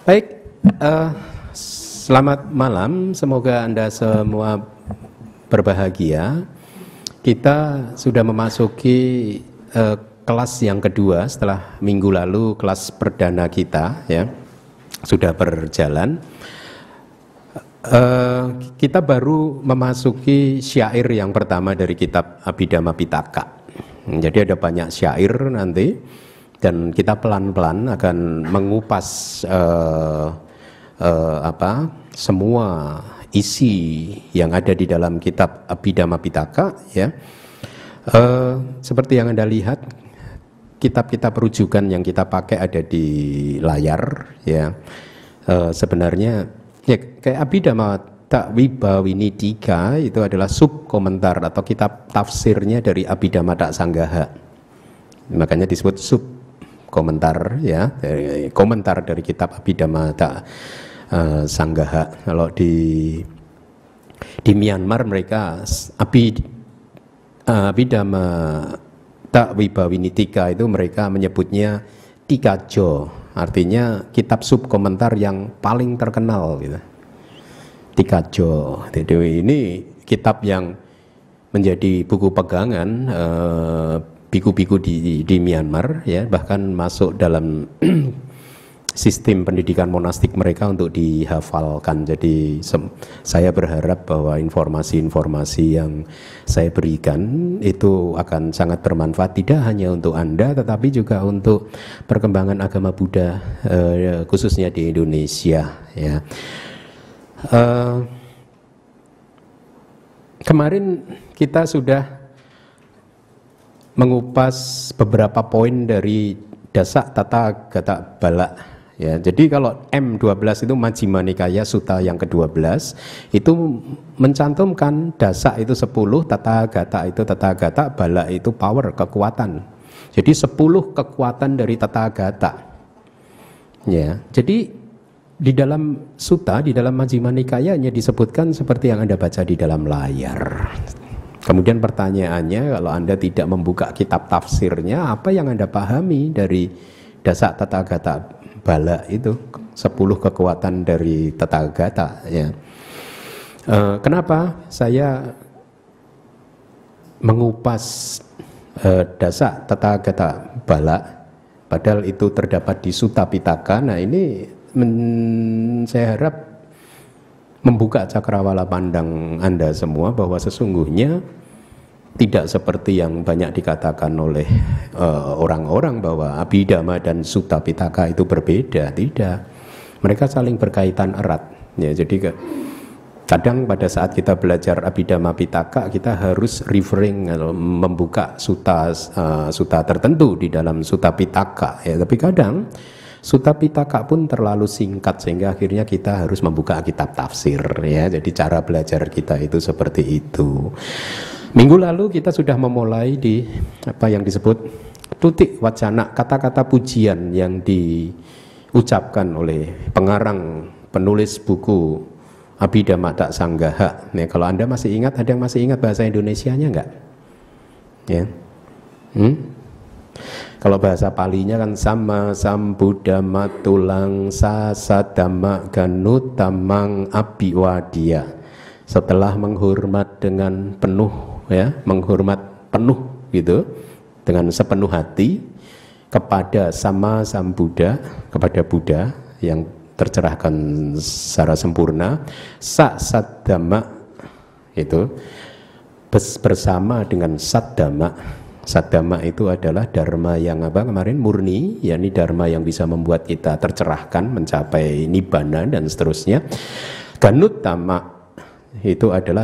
Baik, selamat malam. Semoga Anda semua berbahagia. Kita sudah memasuki kelas yang kedua setelah minggu lalu kelas perdana kita, ya, sudah berjalan. Kita baru memasuki syair yang pertama dari kitab Abhidhamma Pitaka. Jadi ada banyak syair nanti, dan kita pelan-pelan akan mengupas semua isi yang ada di dalam kitab Abhidhamma Pitaka, ya. Seperti yang Anda lihat, kitab-kitab rujukan yang kita pakai ada di layar, ya. Sebenarnya ya, kayak Abhidhamma Takwibawinidika itu adalah sub komentar atau kitab tafsirnya dari Abhidhamma Sanggaha. Makanya disebut sub komentar, ya, komentar dari kitab Abhidhamma Sanggaha. Kalau di Myanmar mereka Abhidhamma Takwibawinidika itu mereka menyebutnya Tikajo, artinya kitab sub komentar yang paling terkenal, gitu. Tikajo. Jadi ini kitab yang menjadi buku pegangan biku-biku di Myanmar, ya, bahkan masuk dalam sistem pendidikan monastik mereka untuk dihafalkan. Jadi saya berharap bahwa informasi-informasi yang saya berikan itu akan sangat bermanfaat, tidak hanya untuk Anda tetapi juga untuk perkembangan agama Buddha, khususnya di Indonesia, ya. Kemarin kita sudah mengupas beberapa poin dari Dasa Tata Gata Bala, ya. Jadi kalau M12 itu Majjhima Nikaya Sutta yang ke-12 itu mencantumkan dasa itu 10, tata gata, bala itu power, kekuatan. Jadi 10 kekuatan dari tata gata, ya. Jadi di dalam sutta, di dalam Majjhima Nikayanya disebutkan seperti yang Anda baca di dalam layar. Kemudian pertanyaannya, kalau Anda tidak membuka kitab tafsirnya, apa yang Anda pahami dari Dasa Tata Gata Bala itu, 10 kekuatan dari Tata Gata, ya. Kenapa saya mengupas Dasa Tata Gata Bala, padahal itu terdapat di Sutta Pitaka? Nah, ini saya harap membuka cakrawala pandang Anda semua bahwa sesungguhnya tidak seperti yang banyak dikatakan oleh orang-orang bahwa Abhidhamma dan Sutta Pitaka itu berbeda. Tidak, mereka saling berkaitan erat, ya. Jadi kadang pada saat kita belajar Abhidhamma Pitaka kita harus referring, membuka sutta tertentu di dalam Sutta Pitaka, ya. Tapi kadang Sutta Pitaka pun terlalu singkat sehingga akhirnya kita harus membuka kitab tafsir, ya. Jadi cara belajar kita itu seperti itu. Minggu lalu kita sudah memulai di apa yang disebut tutik wacana, kata-kata pujian yang diucapkan oleh pengarang penulis buku Abhidhamma Sanggaha. Nih, kalau Anda masih ingat, ada yang masih ingat bahasa Indonesianya enggak? Ya. Kalau bahasa Palinya kan sama sambuddhama tulang sasadama ganutamang abiwadia. Setelah menghormat dengan penuh, ya, menghormat penuh gitu, dengan sepenuh hati kepada sama sambuddha, kepada Buddha yang tercerahkan secara sempurna, sasadama itu bersama dengan saddama. Saddama itu adalah dharma yang apa kemarin? Murni, yakni dharma yang bisa membuat kita tercerahkan, mencapai nibbana dan seterusnya. Ganuttama itu adalah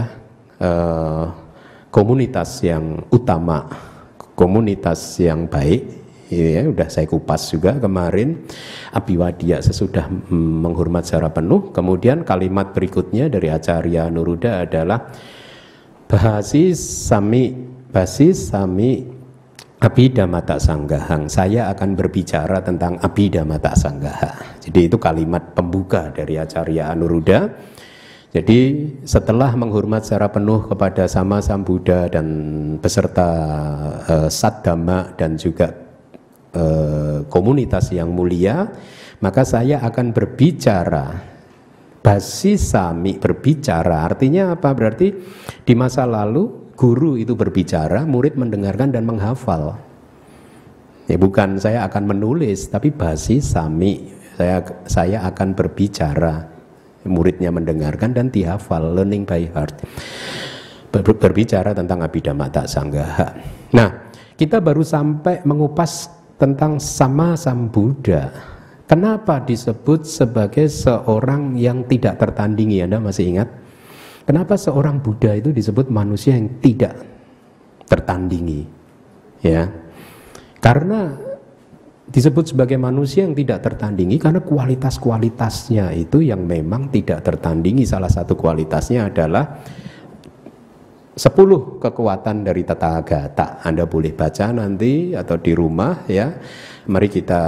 komunitas yang utama, komunitas yang baik, ya. Udah saya kupas juga kemarin. Abiwadya, sesudah menghormat secara penuh. Kemudian kalimat berikutnya dari Acarya Anuruddha adalah Bhasi sami Abhidhamma Sanggahang. Saya akan berbicara tentang Abhidhamma Sanggaha. Jadi itu kalimat pembuka dari Acarya Anuruddha. Jadi setelah menghormat secara penuh kepada Sama Sambuddha dan beserta Saddhamma dan juga komunitas yang mulia, maka saya akan berbicara. Basis sami, berbicara artinya apa? Berarti di masa lalu guru itu berbicara, murid mendengarkan dan menghafal. Ya, bukan saya akan menulis, tapi basis sami, saya akan berbicara, muridnya mendengarkan dan dihafal, learning by heart. Berbicara tentang Abhidhamma Tak Sanggaha. Nah, kita baru sampai mengupas tentang Sama Sambuddha. Kenapa disebut sebagai seorang yang tidak tertandingi? Anda masih ingat? Kenapa seorang Buddha itu disebut manusia yang tidak tertandingi? Ya, karena disebut sebagai manusia yang tidak tertandingi karena kualitas-kualitasnya itu yang memang tidak tertandingi. Salah satu kualitasnya adalah 10 kekuatan dari Tathagata. Anda boleh baca nanti atau di rumah ya. Mari kita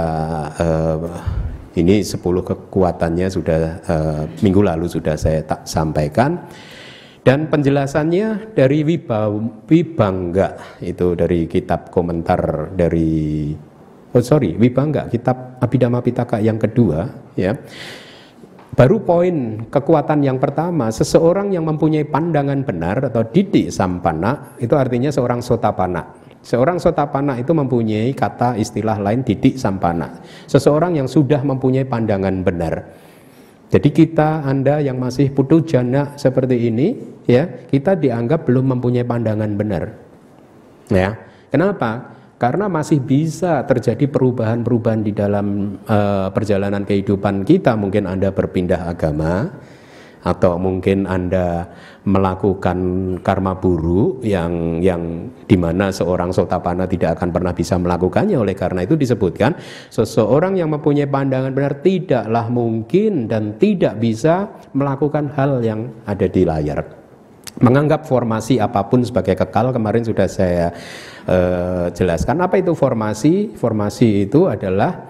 ini 10 kekuatannya sudah minggu lalu sudah saya sampaikan. Dan penjelasannya dari Vibhangga, itu dari kitab komentar dari Vibhangga, kitab Abhidhamma Pitaka yang kedua ya. Baru poin kekuatan yang pertama, seseorang yang mempunyai pandangan benar atau didik sampana, itu artinya seorang sotapana. Seorang sotapana itu mempunyai kata istilah lain didik sampana. Seseorang yang sudah mempunyai pandangan benar. Jadi kita, Anda yang masih putu jana seperti ini, ya, kita dianggap belum mempunyai pandangan benar. Ya, kenapa? Karena masih bisa terjadi perubahan-perubahan di dalam perjalanan kehidupan kita. Mungkin Anda berpindah agama, atau mungkin Anda melakukan karma buruk yang dimana seorang sotapana tidak akan pernah bisa melakukannya. Oleh karena itu disebutkan seseorang yang mempunyai pandangan benar tidaklah mungkin dan tidak bisa melakukan hal yang ada di layar. Menganggap formasi apapun sebagai kekal, kemarin sudah saya jelaskan. Apa itu formasi? Formasi itu adalah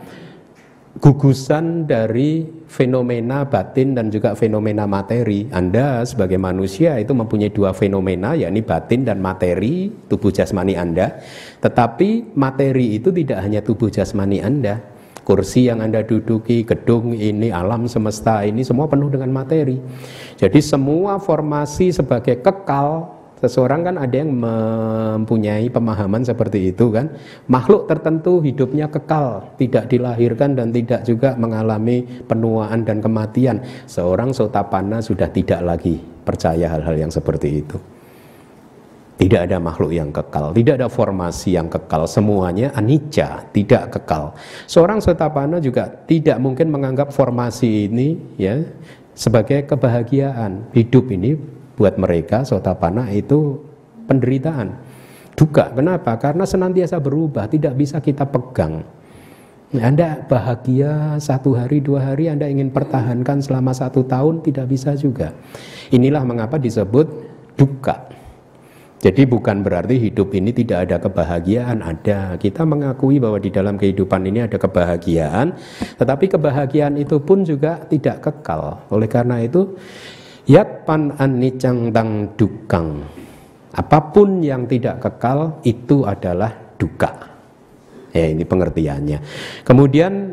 gugusan dari fenomena batin dan juga fenomena materi. Anda sebagai manusia itu mempunyai 2 fenomena, yakni batin dan materi, tubuh jasmani Anda. Tetapi materi itu tidak hanya tubuh jasmani Anda. Kursi yang Anda duduki, gedung ini, alam semesta ini semua penuh dengan materi. Jadi semua formasi sebagai kekal, seseorang kan ada yang mempunyai pemahaman seperti itu kan. Makhluk tertentu hidupnya kekal, tidak dilahirkan dan tidak juga mengalami penuaan dan kematian. Seorang sotapana sudah tidak lagi percaya hal-hal yang seperti itu. Tidak ada makhluk yang kekal, tidak ada formasi yang kekal, semuanya anicca, tidak kekal. Seorang sotapana juga tidak mungkin menganggap formasi ini ya sebagai kebahagiaan. Hidup ini buat mereka sotapana itu penderitaan, duka. Kenapa? Karena senantiasa berubah, tidak bisa kita pegang. Anda bahagia 1 hari, 2 hari, Anda ingin pertahankan selama 1 tahun, tidak bisa juga. Inilah mengapa disebut duka. Jadi bukan berarti hidup ini tidak ada kebahagiaan, ada. Kita mengakui bahwa di dalam kehidupan ini ada kebahagiaan, tetapi kebahagiaan itu pun juga tidak kekal. Oleh karena itu, yat pan anicang tang dukang. Apapun yang tidak kekal itu adalah duka. Ya, ini pengertiannya. Kemudian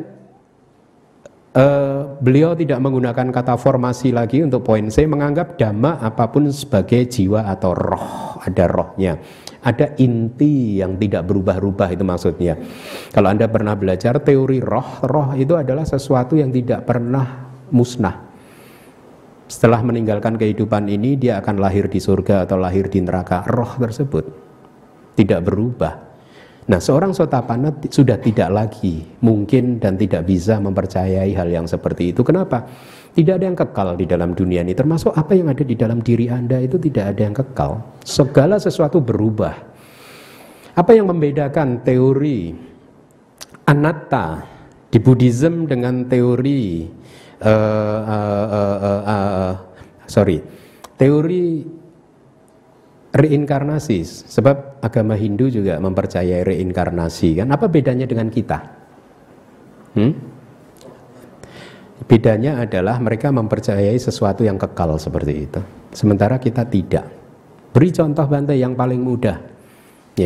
beliau tidak menggunakan kata formasi lagi untuk poin C, menganggap dhamma apapun sebagai jiwa atau roh, ada rohnya, ada inti yang tidak berubah-ubah, itu maksudnya. Kalau Anda pernah belajar teori roh, roh itu adalah sesuatu yang tidak pernah musnah. Setelah meninggalkan kehidupan ini, dia akan lahir di surga atau lahir di neraka. Roh tersebut tidak berubah. Nah, seorang sotapanna sudah tidak lagi mungkin dan tidak bisa mempercayai hal yang seperti itu. Kenapa? Tidak ada yang kekal di dalam dunia ini, termasuk apa yang ada di dalam diri Anda itu tidak ada yang kekal. Segala sesuatu berubah. Apa yang membedakan teori anatta di Buddhism dengan teori teori reinkarnasi? Sebab agama Hindu juga mempercayai reinkarnasi kan. Apa bedanya dengan kita? Bedanya adalah mereka mempercayai sesuatu yang kekal seperti itu, sementara kita tidak. Beri contoh Bante yang paling mudah ya.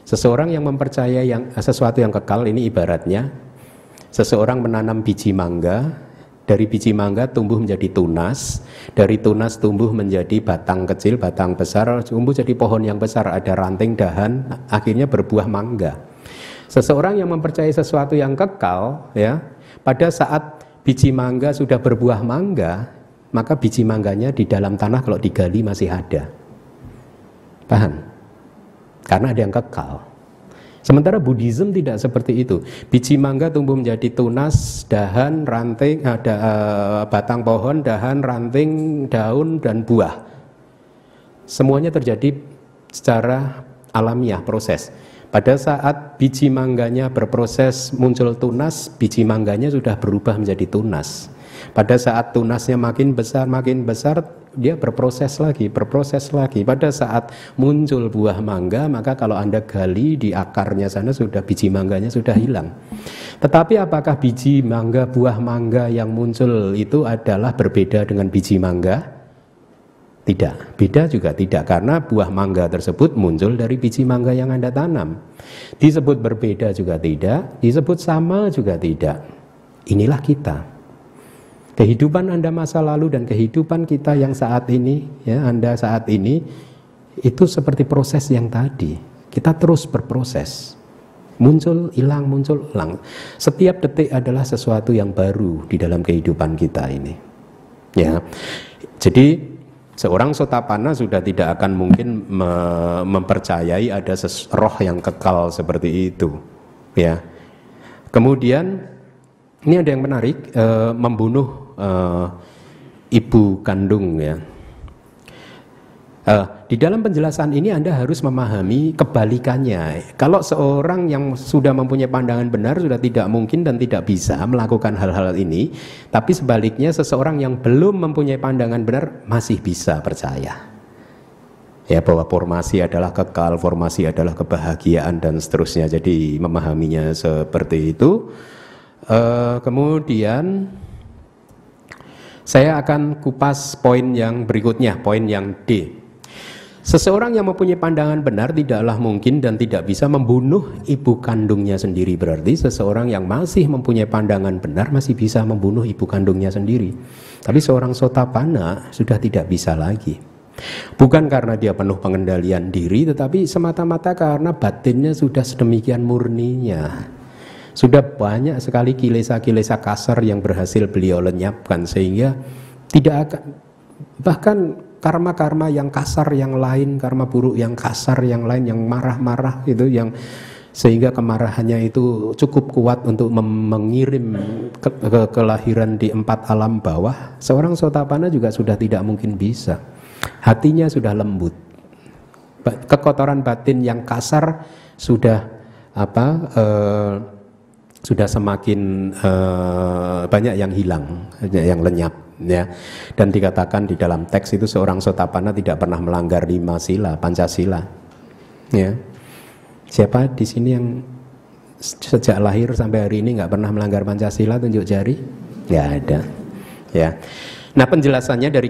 Seseorang yang mempercayai sesuatu yang kekal, ini ibaratnya seseorang menanam biji mangga, dari biji mangga tumbuh menjadi tunas, dari tunas tumbuh menjadi batang kecil, batang besar, tumbuh jadi pohon yang besar, ada ranting, dahan, akhirnya berbuah mangga. Seseorang yang mempercayai sesuatu yang kekal, ya, pada saat biji mangga sudah berbuah mangga, maka biji mangganya di dalam tanah kalau digali masih ada. Paham? Karena ada yang kekal. Sementara Buddhism tidak seperti itu. Biji mangga tumbuh menjadi tunas, dahan, ranting, batang pohon, dahan, ranting, daun, dan buah. Semuanya terjadi secara alamiah, proses. Pada saat biji mangganya berproses muncul tunas, biji mangganya sudah berubah menjadi tunas. Pada saat tunasnya makin besar, dia berproses lagi. Pada saat muncul buah mangga, maka kalau Anda gali di akarnya sana, sudah biji mangganya sudah hilang. Tetapi apakah biji mangga, buah mangga yang muncul itu adalah berbeda dengan biji mangga? Tidak, beda juga tidak, karena buah mangga tersebut muncul dari biji mangga yang Anda tanam. Disebut berbeda juga tidak, disebut sama juga tidak. Inilah kita. Kehidupan Anda masa lalu dan kehidupan kita yang saat ini, ya, Anda saat ini, itu seperti proses yang tadi. Kita terus berproses. Muncul, hilang, muncul, hilang. Setiap detik adalah sesuatu yang baru di dalam kehidupan kita ini. Ya. Jadi seorang Sotapanna sudah tidak akan mungkin mempercayai ada roh yang kekal seperti itu. Ya. Kemudian ini ada yang menarik, membunuh ibu kandung, ya. Di dalam penjelasan ini Anda harus memahami kebalikannya. Kalau seorang yang sudah mempunyai pandangan benar sudah tidak mungkin dan tidak bisa melakukan hal-hal ini, tapi sebaliknya seseorang yang belum mempunyai pandangan benar masih bisa percaya, ya, bahwa formasi adalah kekal, formasi adalah kebahagiaan dan seterusnya. Jadi memahaminya seperti itu. Kemudian saya akan kupas poin yang berikutnya, poin yang D. Seseorang yang mempunyai pandangan benar tidaklah mungkin dan tidak bisa membunuh ibu kandungnya sendiri. Berarti seseorang yang masih mempunyai pandangan benar masih bisa membunuh ibu kandungnya sendiri. Tapi seorang Sotapanna sudah tidak bisa lagi. Bukan karena dia penuh pengendalian diri, tetapi semata-mata karena batinnya sudah sedemikian murninya. Sudah banyak sekali kilesa-kilesa kasar yang berhasil beliau lenyapkan, sehingga tidak akan, bahkan karma-karma yang kasar yang lain, karma buruk yang kasar yang lain, yang marah-marah itu, yang sehingga kemarahannya itu cukup kuat untuk mengirim kelahiran di 4 alam bawah. Seorang Sotapanna juga sudah tidak mungkin bisa. Hatinya sudah lembut, kekotoran batin yang kasar sudah sudah semakin banyak yang hilang, yang lenyap, ya. Dan dikatakan di dalam teks itu seorang Sotapanna tidak pernah melanggar 5 sila, Pancasila, ya. Siapa di sini yang sejak lahir sampai hari ini nggak pernah melanggar Pancasila? Tunjuk jari. Nggak ada, ya. Nah, penjelasannya dari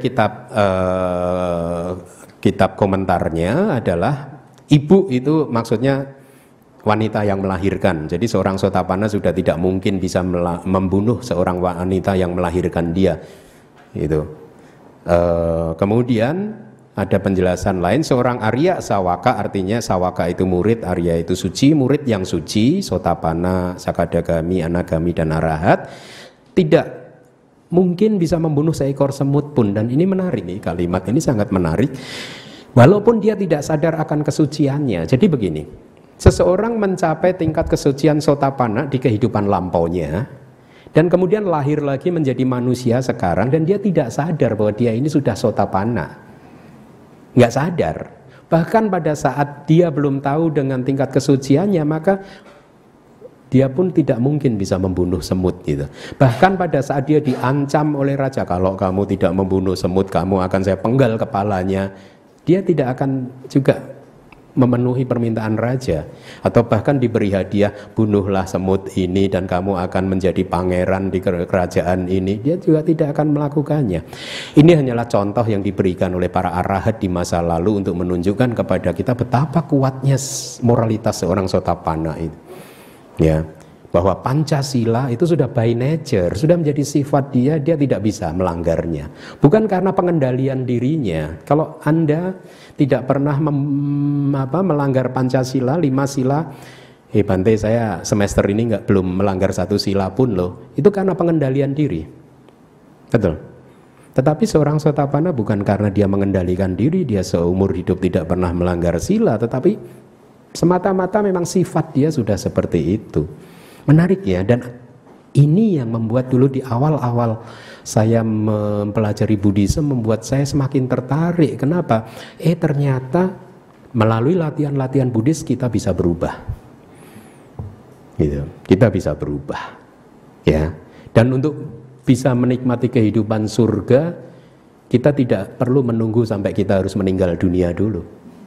kitab komentarnya adalah ibu itu maksudnya wanita yang melahirkan. Jadi seorang Sotapanna sudah tidak mungkin bisa membunuh seorang wanita yang melahirkan dia. Itu. Kemudian ada penjelasan lain, seorang Arya Sawaka, artinya Sawaka itu murid, Arya itu suci, murid yang suci, Sotapanna, Sakadagami, Anagami, dan Arahat, tidak mungkin bisa membunuh seekor semut pun. Dan ini menarik nih, kalimat ini sangat menarik. Walaupun dia tidak sadar akan kesuciannya. Jadi begini, seseorang mencapai tingkat kesucian Sotapanna di kehidupan lampaunya, dan kemudian lahir lagi menjadi manusia sekarang, dan dia tidak sadar bahwa dia ini sudah Sotapanna. Nggak sadar. Bahkan pada saat dia belum tahu dengan tingkat kesuciannya, maka dia pun tidak mungkin bisa membunuh semut gitu. Bahkan pada saat dia diancam oleh raja, kalau kamu tidak membunuh semut, kamu akan saya penggal kepalanya, dia tidak akan juga memenuhi permintaan raja, atau bahkan diberi hadiah, bunuhlah semut ini dan kamu akan menjadi pangeran di kerajaan ini, dia juga tidak akan melakukannya. Ini hanyalah contoh yang diberikan oleh para arahat di masa lalu untuk menunjukkan kepada kita betapa kuatnya moralitas seorang Sotapanna itu, ya, bahwa Pancasila itu sudah by nature, sudah menjadi sifat dia tidak bisa melanggarnya. Bukan karena pengendalian dirinya. Kalau Anda tidak pernah melanggar Pancasila, 5 sila, Bante, saya semester ini belum melanggar 1 sila pun loh, itu karena pengendalian diri. Betul. Tetapi seorang Sotapanna bukan karena dia mengendalikan diri, dia seumur hidup tidak pernah melanggar sila, tetapi semata-mata memang sifat dia sudah seperti itu. Menarik ya, dan ini yang membuat dulu di awal-awal saya mempelajari Buddhisme membuat saya semakin tertarik. Kenapa? Ternyata melalui latihan-latihan Buddhis kita bisa berubah. Gitu. Kita bisa berubah. Ya. Dan untuk bisa menikmati kehidupan surga, kita tidak perlu menunggu sampai kita harus meninggal dunia dulu.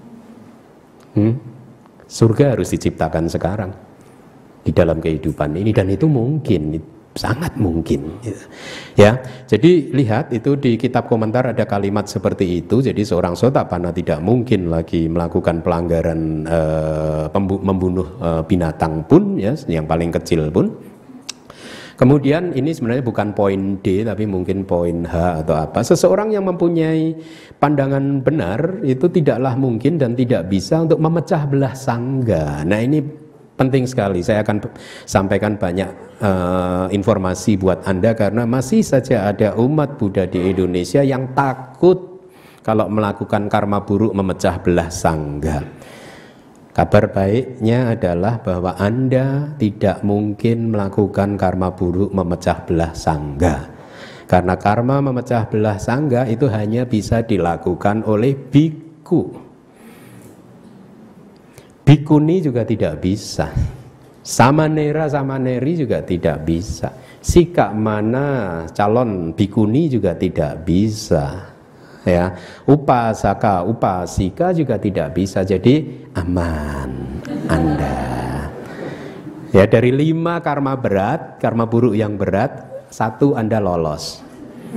Surga harus diciptakan sekarang di dalam kehidupan ini, dan itu mungkin, sangat mungkin, ya. Jadi lihat itu di kitab komentar ada kalimat seperti itu. Jadi seorang Sotapanna tidak mungkin lagi melakukan pelanggaran membunuh binatang pun, ya, yang paling kecil pun. Kemudian ini sebenarnya bukan poin D tapi mungkin poin H atau apa. Seseorang yang mempunyai pandangan benar itu tidaklah mungkin dan tidak bisa untuk memecah belah sangga. Nah, ini penting sekali. Saya akan sampaikan banyak informasi buat Anda karena masih saja ada umat Buddha di Indonesia yang takut kalau melakukan karma buruk memecah belah sangga. Kabar baiknya adalah bahwa Anda tidak mungkin melakukan karma buruk memecah belah sangga. Karena karma memecah belah sangga itu hanya bisa dilakukan oleh bhikkhu. Bhikkhuni juga tidak bisa, samanera samaneri juga tidak bisa, sikak mana calon bhikkhuni juga tidak bisa, ya, upasaka upasika juga tidak bisa. Jadi aman Anda, ya. Dari 5 karma berat, karma buruk yang berat, 1 Anda lolos.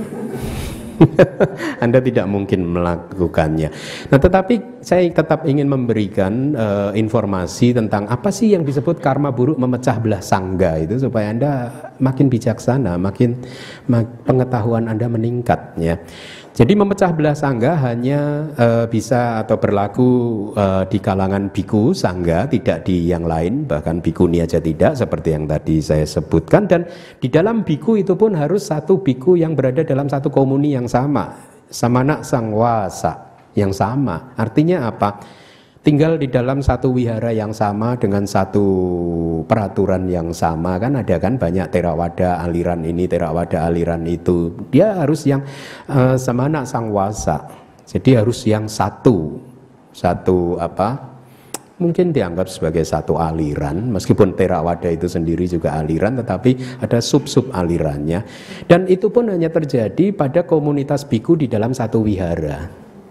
Anda tidak mungkin melakukannya. Nah, tetapi saya tetap ingin memberikan informasi tentang apa sih yang disebut karma buruk memecah belah sangga itu, supaya Anda makin bijaksana, makin pengetahuan Anda meningkat, ya. Jadi memecah belah sangga hanya bisa atau berlaku di kalangan bhikkhu sangga, tidak di yang lain, bahkan bhikkhuni aja tidak, seperti yang tadi saya sebutkan. Dan di dalam bhikkhu itu pun harus satu bhikkhu yang berada dalam satu komuni yang sama, samana sangwasa yang sama. Artinya apa? Tinggal di dalam satu wihara yang sama dengan satu peraturan yang sama. Kan ada kan banyak Theravada aliran ini, Theravada aliran itu. Dia harus yang samana sangwasa. Jadi harus yang satu apa? Mungkin dianggap sebagai satu aliran, meskipun Theravada itu sendiri juga aliran, tetapi ada sub-sub alirannya. Dan itu pun hanya terjadi pada komunitas bhikkhu di dalam satu wihara.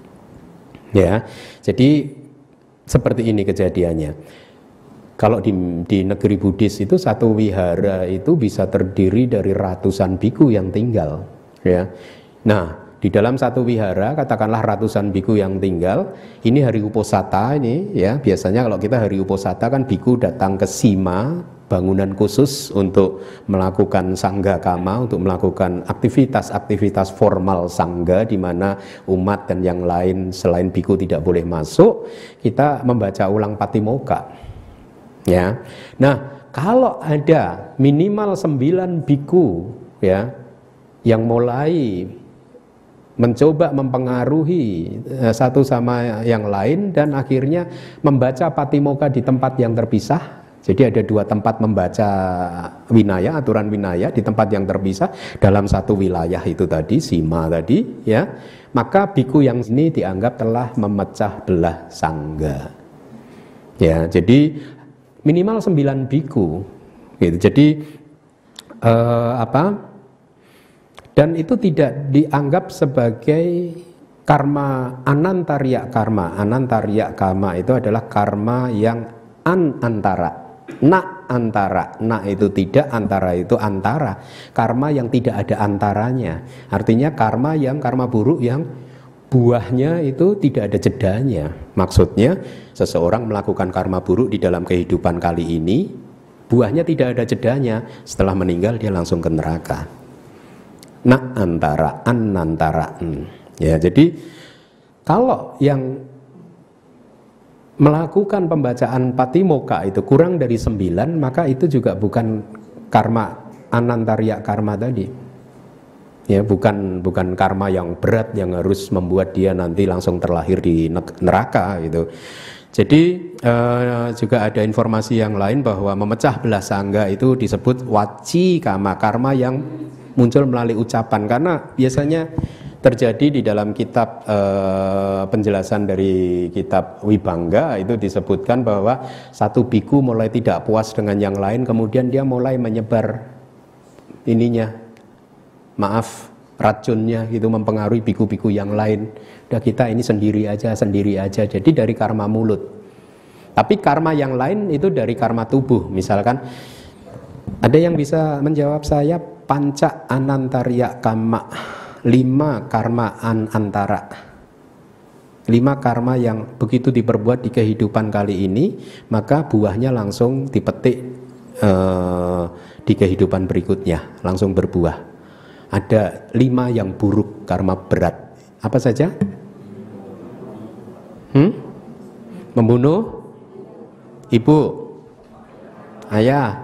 Ya, jadi seperti ini kejadiannya. Kalau di negeri Buddhis itu satu wihara itu bisa terdiri dari ratusan bhikkhu yang tinggal, ya. Nah, di dalam satu wihara katakanlah ratusan bhikkhu yang tinggal. Ini hari Uposatha ini, ya. Biasanya kalau kita hari Uposatha kan bhikkhu datang ke Sima, bangunan khusus untuk melakukan sangga kama, untuk melakukan aktivitas-aktivitas formal sangga di mana umat dan yang lain selain bhikkhu tidak boleh masuk. Kita membaca ulang patimokkha, ya. Nah, kalau ada minimal 9 bhikkhu, ya, yang mulai mencoba mempengaruhi satu sama yang lain dan akhirnya membaca patimokkha di tempat yang terpisah. Jadi ada 2 tempat membaca winaya, aturan winaya di tempat yang terpisah dalam satu wilayah itu tadi, Sima tadi, ya. Maka bhikkhu yang ini dianggap telah memecah belah sangga. Ya, jadi minimal 9 bhikkhu. Gitu. Jadi dan itu tidak dianggap sebagai karma anantariya karma. Anantariya karma itu adalah karma yang antara. Antara. Itu tidak, antara itu antara. Karma yang tidak ada antaranya. Artinya karma buruk yang buahnya itu tidak ada jedanya. Maksudnya seseorang melakukan karma buruk di dalam kehidupan kali ini, buahnya tidak ada jedanya. Setelah meninggal dia langsung ke neraka. Antara. Ya, jadi kalau yang melakukan pembacaan patimokkha itu kurang dari 9, maka itu juga bukan karma anantariya karma tadi. Ya, bukan karma yang berat yang harus membuat dia nanti langsung terlahir di neraka gitu. Jadi juga ada informasi yang lain bahwa memecah belah sangga itu disebut waci karma yang muncul melalui ucapan, karena biasanya terjadi di dalam kitab penjelasan dari kitab Wibangga itu disebutkan bahwa satu biku mulai tidak puas dengan yang lain, kemudian dia mulai menyebar racunnya itu mempengaruhi biku-biku yang lain. Udah kita ini sendiri aja. Jadi dari karma mulut. Tapi karma yang lain itu dari karma tubuh. Misalkan ada yang bisa menjawab saya panca anantariya karma, 5 karma antara, 5 karma yang begitu diperbuat di kehidupan kali ini, maka buahnya langsung dipetik di kehidupan berikutnya, langsung berbuah. Ada 5 yang buruk, karma berat. Apa saja? Membunuh ibu, ayah.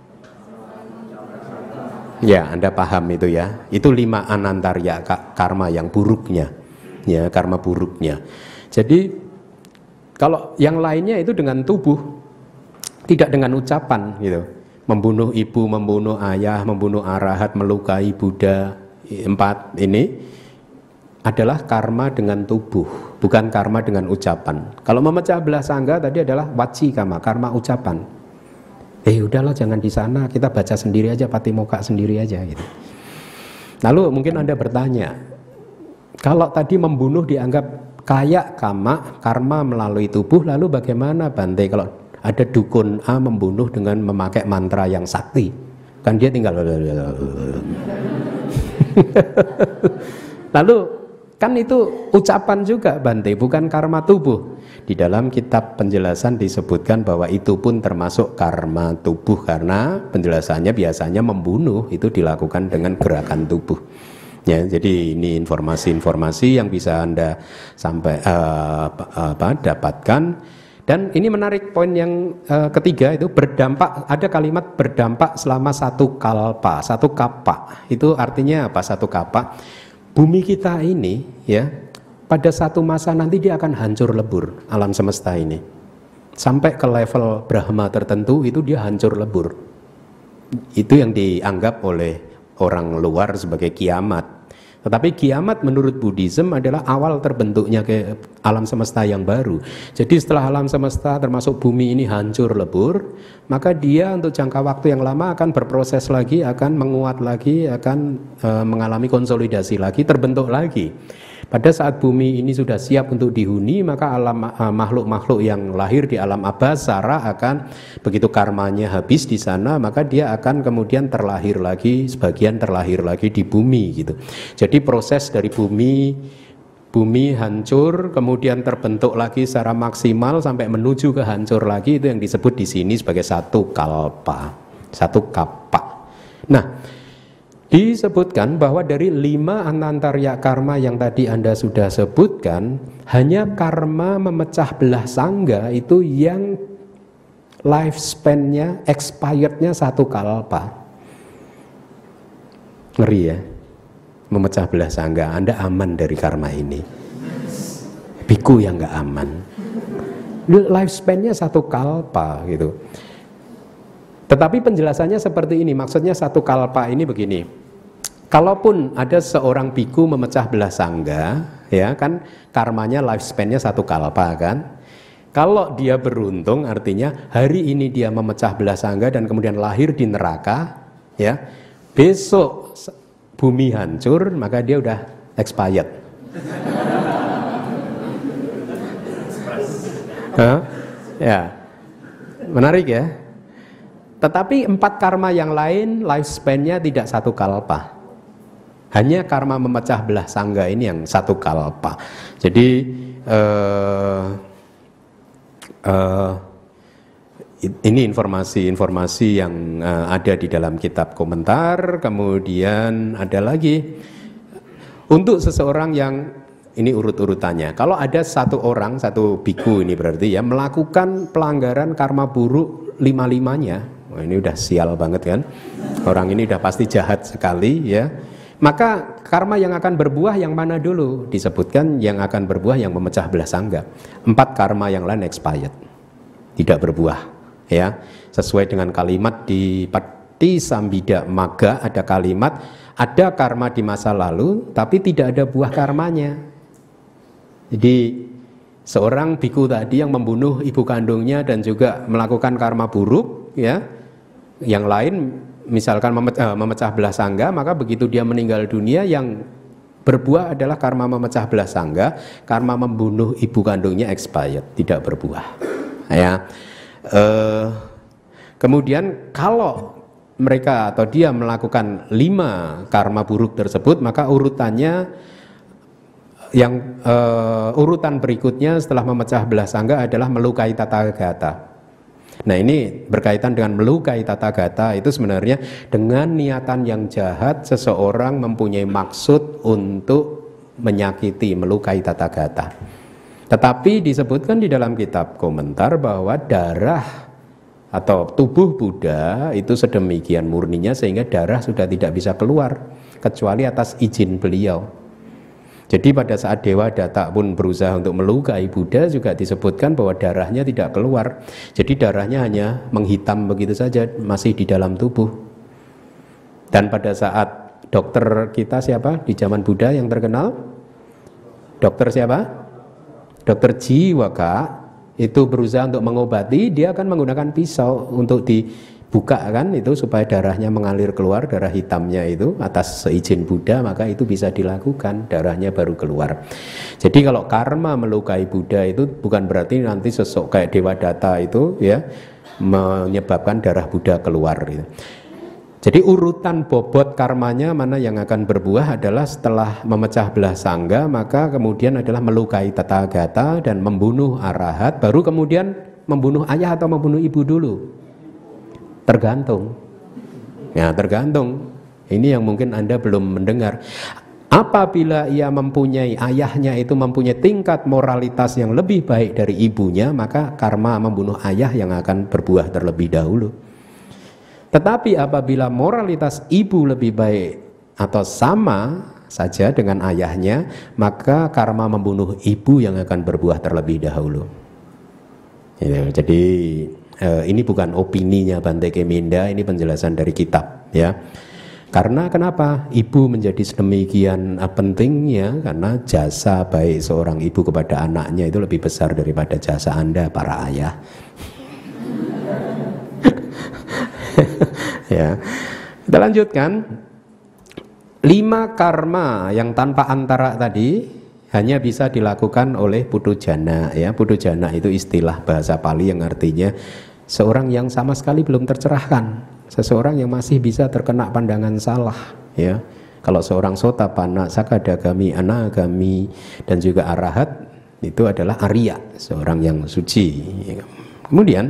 Ya, Anda paham itu ya. Itu 5 anantariya karma yang buruknya. Ya, karma buruknya. Jadi kalau yang lainnya itu dengan tubuh, tidak dengan ucapan gitu. Membunuh ibu, membunuh ayah, membunuh arahat, melukai Buddha, 4 ini adalah karma dengan tubuh, bukan karma dengan ucapan. Kalau memecah belah sangga tadi adalah waci karma ucapan. Udahlah jangan di sana, kita baca sendiri aja, patimokkha sendiri aja gitu. Lalu mungkin Anda bertanya, kalau tadi membunuh dianggap kayak karma melalui tubuh, lalu bagaimana Bante kalau ada dukun A membunuh dengan memakai mantra yang sakti? Kan dia tinggal lalu kan itu ucapan juga Bante, bukan karma tubuh. Di dalam kitab penjelasan disebutkan bahwa itu pun termasuk karma tubuh, karena penjelasannya biasanya membunuh itu dilakukan dengan gerakan tubuh. Ya, jadi ini informasi-informasi yang bisa Anda dapatkan. Dan ini menarik poin yang ketiga, itu berdampak, ada kalimat berdampak selama 1 kalpa, 1 kapa. Itu artinya apa 1 kapa? Bumi kita ini ya, pada satu masa nanti dia akan hancur lebur, alam semesta ini. Sampai ke level Brahma tertentu itu dia hancur lebur. Itu yang dianggap oleh orang luar sebagai kiamat. Tetapi kiamat menurut Buddhism adalah awal terbentuknya ke alam semesta yang baru. Jadi setelah alam semesta termasuk bumi ini hancur lebur, maka dia untuk jangka waktu yang lama akan berproses lagi, akan menguat lagi, akan mengalami konsolidasi lagi, terbentuk lagi. Pada saat bumi ini sudah siap untuk dihuni, maka alam makhluk-makhluk yang lahir di alam abhasara akan, begitu karmanya habis di sana, maka dia akan kemudian terlahir lagi, sebagian terlahir lagi di bumi gitu. Jadi proses dari bumi hancur, kemudian terbentuk lagi secara maksimal sampai menuju ke hancur lagi, itu yang disebut di sini sebagai 1 kalpa, 1 kapa. Nah, disebutkan bahwa dari 5 anantariya karma yang tadi Anda sudah sebutkan, hanya karma memecah belah sangga itu yang lifespan-nya, expired-nya 1 kalpa. Ngeri ya, memecah belah sangga. Anda aman dari karma ini. Biku yang gak aman, lifespan-nya 1 kalpa gitu. Tetapi penjelasannya seperti ini, maksudnya 1 kalpa ini begini. Kalaupun ada seorang biku memecah belah sangga, ya kan, karmanya lifespan-nya 1 kalpa kan. Kalau dia beruntung, artinya hari ini dia memecah belah sangga dan kemudian lahir di neraka, ya. Besok bumi hancur, maka dia udah expired. Hah? Ya, menarik ya. Tetapi 4 karma yang lain lifespan-nya tidak 1 kalpa. Hanya karma memecah belah sangga ini yang 1 kalpa. Jadi ini informasi-informasi yang ada di dalam kitab komentar. Kemudian ada lagi untuk seseorang yang ini urut-urutannya. Kalau ada 1 orang, 1 biku ini berarti ya melakukan pelanggaran karma buruk 5-5-nya. Wah, ini udah sial banget kan? Orang ini udah pasti jahat sekali ya. Maka karma yang akan berbuah yang mana dulu? Disebutkan yang akan berbuah yang memecah belah sangga. 4 karma yang lain expired, tidak berbuah ya. Sesuai dengan kalimat di Patisambhida Magga ada kalimat, ada karma di masa lalu tapi tidak ada buah karmanya. Jadi seorang biku tadi yang membunuh ibu kandungnya dan juga melakukan karma buruk ya, yang lain misalkan memecah belah sangga, maka begitu dia meninggal dunia yang berbuah adalah karma memecah belah sangga, karma membunuh ibu kandungnya expired, tidak berbuah ya. Kemudian kalau mereka atau dia melakukan 5 karma buruk tersebut, maka urutannya yang urutan berikutnya setelah memecah belah sangga adalah melukai tathagata. Nah, ini berkaitan dengan melukai tathagata itu sebenarnya dengan niatan yang jahat seseorang mempunyai maksud untuk menyakiti, melukai tathagata. Tetapi disebutkan di dalam kitab komentar bahwa darah atau tubuh Buddha itu sedemikian murninya sehingga darah sudah tidak bisa keluar kecuali atas izin beliau. Jadi pada saat Dewa Datta pun berusaha untuk melukai Buddha juga disebutkan bahwa darahnya tidak keluar. Jadi darahnya hanya menghitam begitu saja, masih di dalam tubuh. Dan pada saat dokter kita siapa di zaman Buddha yang terkenal? Dokter siapa? Dokter Jiwaka itu berusaha untuk mengobati, dia akan menggunakan pisau untuk dibuka kan itu supaya darahnya mengalir keluar, darah hitamnya itu atas seizin Buddha, maka itu bisa dilakukan, darahnya baru keluar. Jadi kalau karma melukai Buddha itu bukan berarti nanti sosok kayak Dewa Datta itu ya menyebabkan darah Buddha keluar gitu. Jadi urutan bobot karmanya mana yang akan berbuah adalah setelah memecah belah sangga, maka kemudian adalah melukai tathagata dan membunuh arahat, baru kemudian membunuh ayah atau membunuh ibu dulu. Tergantung. Ya, tergantung. Ini yang mungkin Anda belum mendengar. Apabila ia mempunyai, ayahnya itu mempunyai tingkat moralitas yang lebih baik dari ibunya, maka karma membunuh ayah yang akan berbuah terlebih dahulu. Tetapi apabila moralitas ibu lebih baik atau sama saja dengan ayahnya, maka karma membunuh ibu yang akan berbuah terlebih dahulu. Jadi ini bukan opininya Bante Keminda, ini penjelasan dari kitab ya. Karena kenapa ibu menjadi sedemikian pentingnya? Karena jasa baik seorang ibu kepada anaknya itu lebih besar daripada jasa Anda para ayah. Ya, kita lanjutkan. 5 karma yang tanpa antara tadi hanya bisa dilakukan oleh Putujana ya. Putujana itu istilah bahasa Pali yang artinya seorang yang sama sekali belum tercerahkan, seseorang yang masih bisa terkena pandangan salah ya. Kalau seorang Sotapanna, Sakadagami, Anagami dan juga Arahat itu adalah Arya, seorang yang suci. Kemudian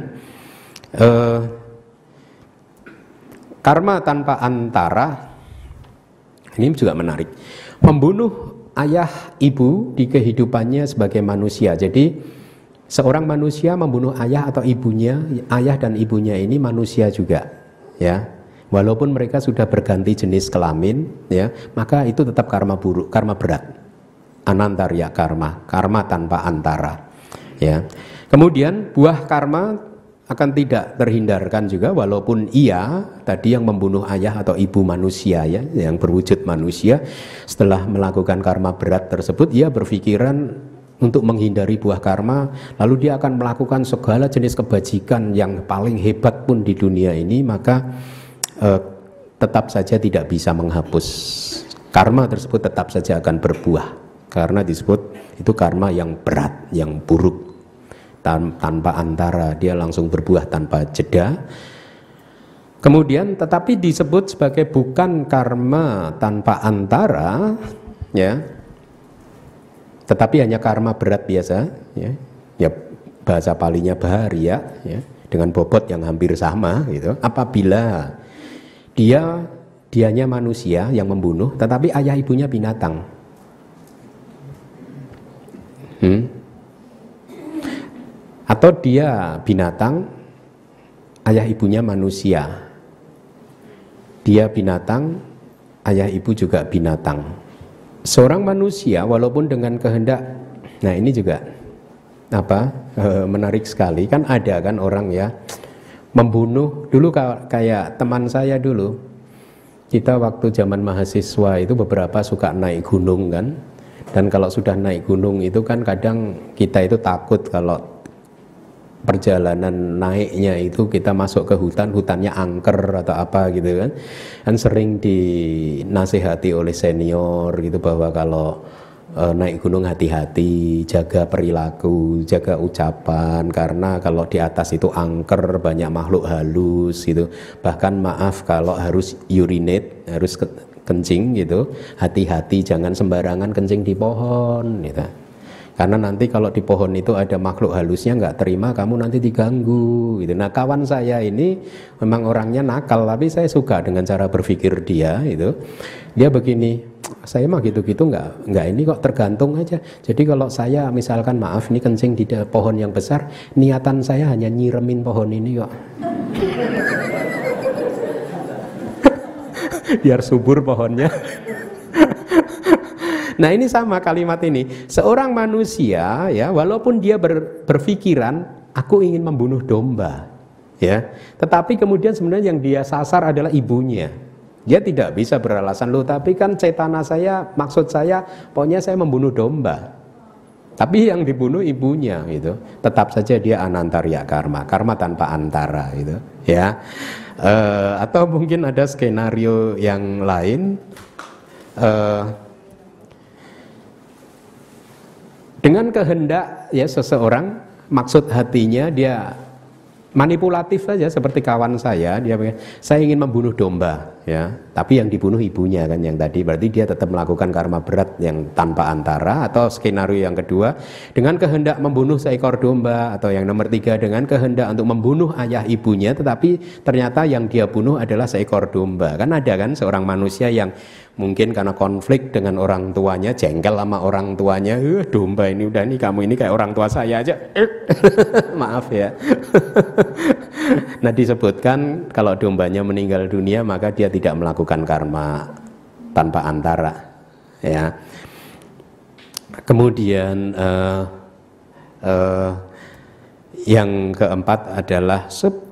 karma tanpa antara ini juga menarik. Membunuh ayah ibu di kehidupannya sebagai manusia. Jadi seorang manusia membunuh ayah atau ibunya, ayah dan ibunya ini manusia juga, ya. Walaupun mereka sudah berganti jenis kelamin, ya, maka itu tetap karma buruk, karma berat. Anantarya karma, karma tanpa antara, ya. Kemudian buah karma akan tidak terhindarkan juga, walaupun ia tadi yang membunuh ayah atau ibu manusia ya, yang berwujud manusia, setelah melakukan karma berat tersebut ia berpikiran untuk menghindari buah karma, lalu dia akan melakukan segala jenis kebajikan yang paling hebat pun di dunia ini, maka tetap saja tidak bisa menghapus karma tersebut, tetap saja akan berbuah karena disebut itu karma yang berat, yang buruk. tanpa antara, dia langsung berbuah tanpa jeda. Kemudian tetapi disebut sebagai bukan karma tanpa antara, ya, tetapi hanya karma berat biasa, ya, ya bahasa palinya baharia, ya, dengan bobot yang hampir sama, gitu. Apabila dianya manusia yang membunuh, tetapi ayah ibunya binatang. Atau dia binatang, ayah ibunya manusia. Dia binatang, ayah ibu juga binatang. Seorang manusia walaupun dengan kehendak, nah ini juga menarik sekali. Kan ada kan orang ya membunuh. Dulu kayak teman saya dulu, kita waktu zaman mahasiswa itu beberapa suka naik gunung kan. Dan kalau sudah naik gunung itu kan kadang kita itu takut kalau perjalanan naiknya itu kita masuk ke hutan, hutannya angker atau apa gitu kan. Kan sering dinasihati oleh senior gitu bahwa kalau naik gunung hati-hati, jaga perilaku, jaga ucapan, karena kalau di atas itu angker, banyak makhluk halus gitu. Bahkan maaf kalau harus urinate, harus kencing gitu, hati-hati jangan sembarangan kencing di pohon gitu. Karena nanti kalau di pohon itu ada makhluk halusnya nggak terima, kamu nanti diganggu gitu. Nah kawan saya ini memang orangnya nakal, tapi saya suka dengan cara berpikir dia itu. Dia begini, saya mah gitu-gitu nggak ini kok, tergantung aja. Jadi kalau saya misalkan maaf ini kencing di pohon yang besar, niatan saya hanya nyiremin pohon ini kok. Biar subur pohonnya. Nah ini sama kalimat ini. Seorang manusia ya, walaupun dia berpikiran aku ingin membunuh domba, ya, tetapi kemudian sebenarnya yang dia sasar adalah ibunya. Dia tidak bisa beralasan loh, tapi kan cetana saya, maksud saya, pokoknya saya membunuh domba. Tapi yang dibunuh ibunya gitu. Tetap saja dia anantarya karma, karma tanpa antara gitu, ya. Atau mungkin ada skenario yang lain, dengan kehendak ya seseorang, maksud hatinya dia manipulatif saja seperti kawan saya, dia saya ingin membunuh domba ya, tapi yang dibunuh ibunya kan yang tadi, berarti dia tetap melakukan karma berat yang tanpa antara. Atau skenario yang kedua, dengan kehendak membunuh seekor domba. Atau yang nomor tiga, dengan kehendak untuk membunuh ayah ibunya, tetapi ternyata yang dia bunuh adalah seekor domba. Kan ada kan seorang manusia yang mungkin karena konflik dengan orang tuanya, jengkel sama orang tuanya, domba ini udah nih, kamu ini kayak orang tua saya aja. Maaf ya. Nah disebutkan kalau dombanya meninggal dunia maka dia tidak melakukan karma tanpa antara, ya. Kemudian yang keempat adalah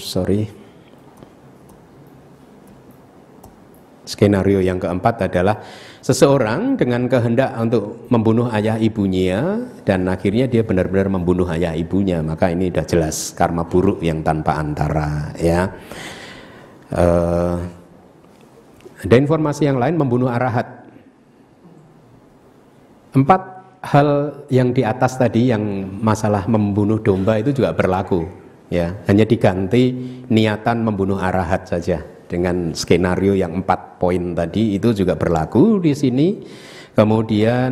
skenario yang keempat adalah seseorang dengan kehendak untuk membunuh ayah ibunya dan akhirnya dia benar-benar membunuh ayah ibunya, maka ini sudah jelas karma buruk yang tanpa antara, ya. Ada informasi yang lain, membunuh arahat. 4 hal yang di atas tadi, yang masalah membunuh domba itu juga berlaku, ya. Hanya diganti niatan membunuh arahat saja. Dengan skenario yang 4 poin tadi itu juga berlaku di sini. Kemudian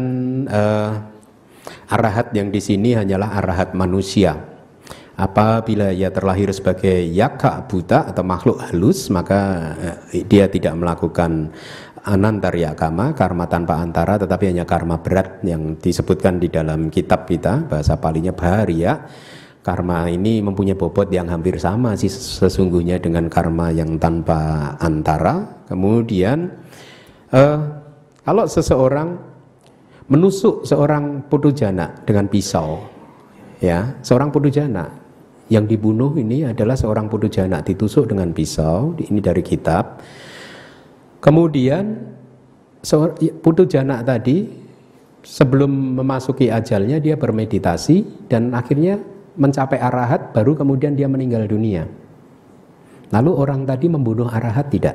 arahat yang di sini hanyalah arahat manusia. Apabila ia terlahir sebagai yaka buta atau makhluk halus, maka dia tidak melakukan anantarya karma tanpa antara, tetapi hanya karma berat yang disebutkan di dalam kitab kita, bahasa palinya baharia. Karma ini mempunyai bobot yang hampir sama sih sesungguhnya dengan karma yang tanpa antara. Kemudian kalau seseorang menusuk seorang putujana dengan pisau, ya, seorang putujana yang dibunuh ini adalah seorang putujana ditusuk dengan pisau, ini dari kitab. Kemudian putujana tadi sebelum memasuki ajalnya dia bermeditasi dan akhirnya mencapai arahat, baru kemudian dia meninggal dunia. Lalu orang tadi membunuh arahat tidak?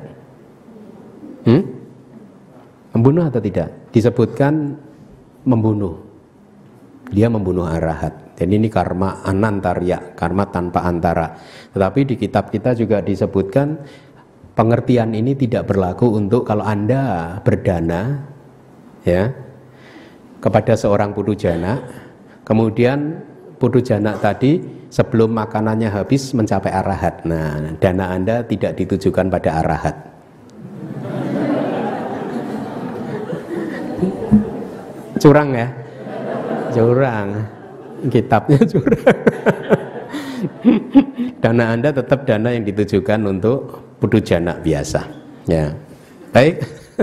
Membunuh atau tidak? Disebutkan membunuh. Dia membunuh arahat. Jadi ini karma anantarya, karma tanpa antara. Tetapi di kitab kita juga disebutkan pengertian ini tidak berlaku untuk kalau Anda berdana ya kepada seorang putu jana, kemudian putu jana tadi sebelum makanannya habis mencapai arahat. Nah, dana Anda tidak ditujukan pada arahat. Curang ya? Curang. Kitabnya curang. Dana Anda tetap dana yang ditujukan untuk putu jana biasa. Ya. Baik.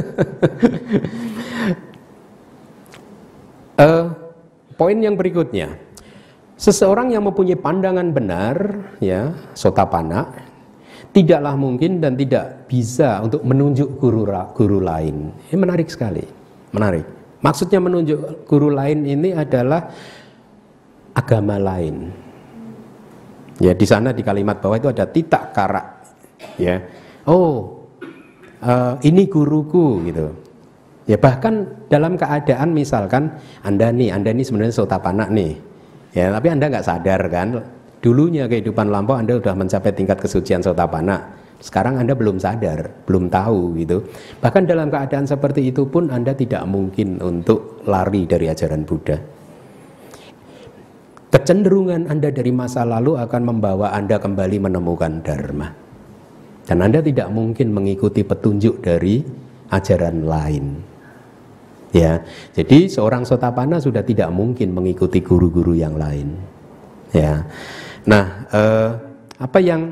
Poin yang berikutnya, seseorang yang mempunyai pandangan benar, ya, sotapanna, tidaklah mungkin dan tidak bisa untuk menunjuk guru lain. Ini menarik sekali, menarik. Maksudnya menunjuk guru lain ini adalah agama lain. Ya, di sana di kalimat bawah itu ada titak kara. Ya, ini guruku gitu. Ya, bahkan dalam keadaan misalkan Anda nih sebenarnya sotapanna nih. Ya, tapi Anda nggak sadar kan, dulunya kehidupan lampau Anda sudah mencapai tingkat kesucian sotapanna. Sekarang Anda belum sadar, belum tahu gitu. Bahkan dalam keadaan seperti itu pun Anda tidak mungkin untuk lari dari ajaran Buddha. Kecenderungan Anda dari masa lalu akan membawa Anda kembali menemukan Dharma. Dan Anda tidak mungkin mengikuti petunjuk dari ajaran lain. Ya, jadi seorang sotapanna sudah tidak mungkin mengikuti guru-guru yang lain. Ya, nah, apa yang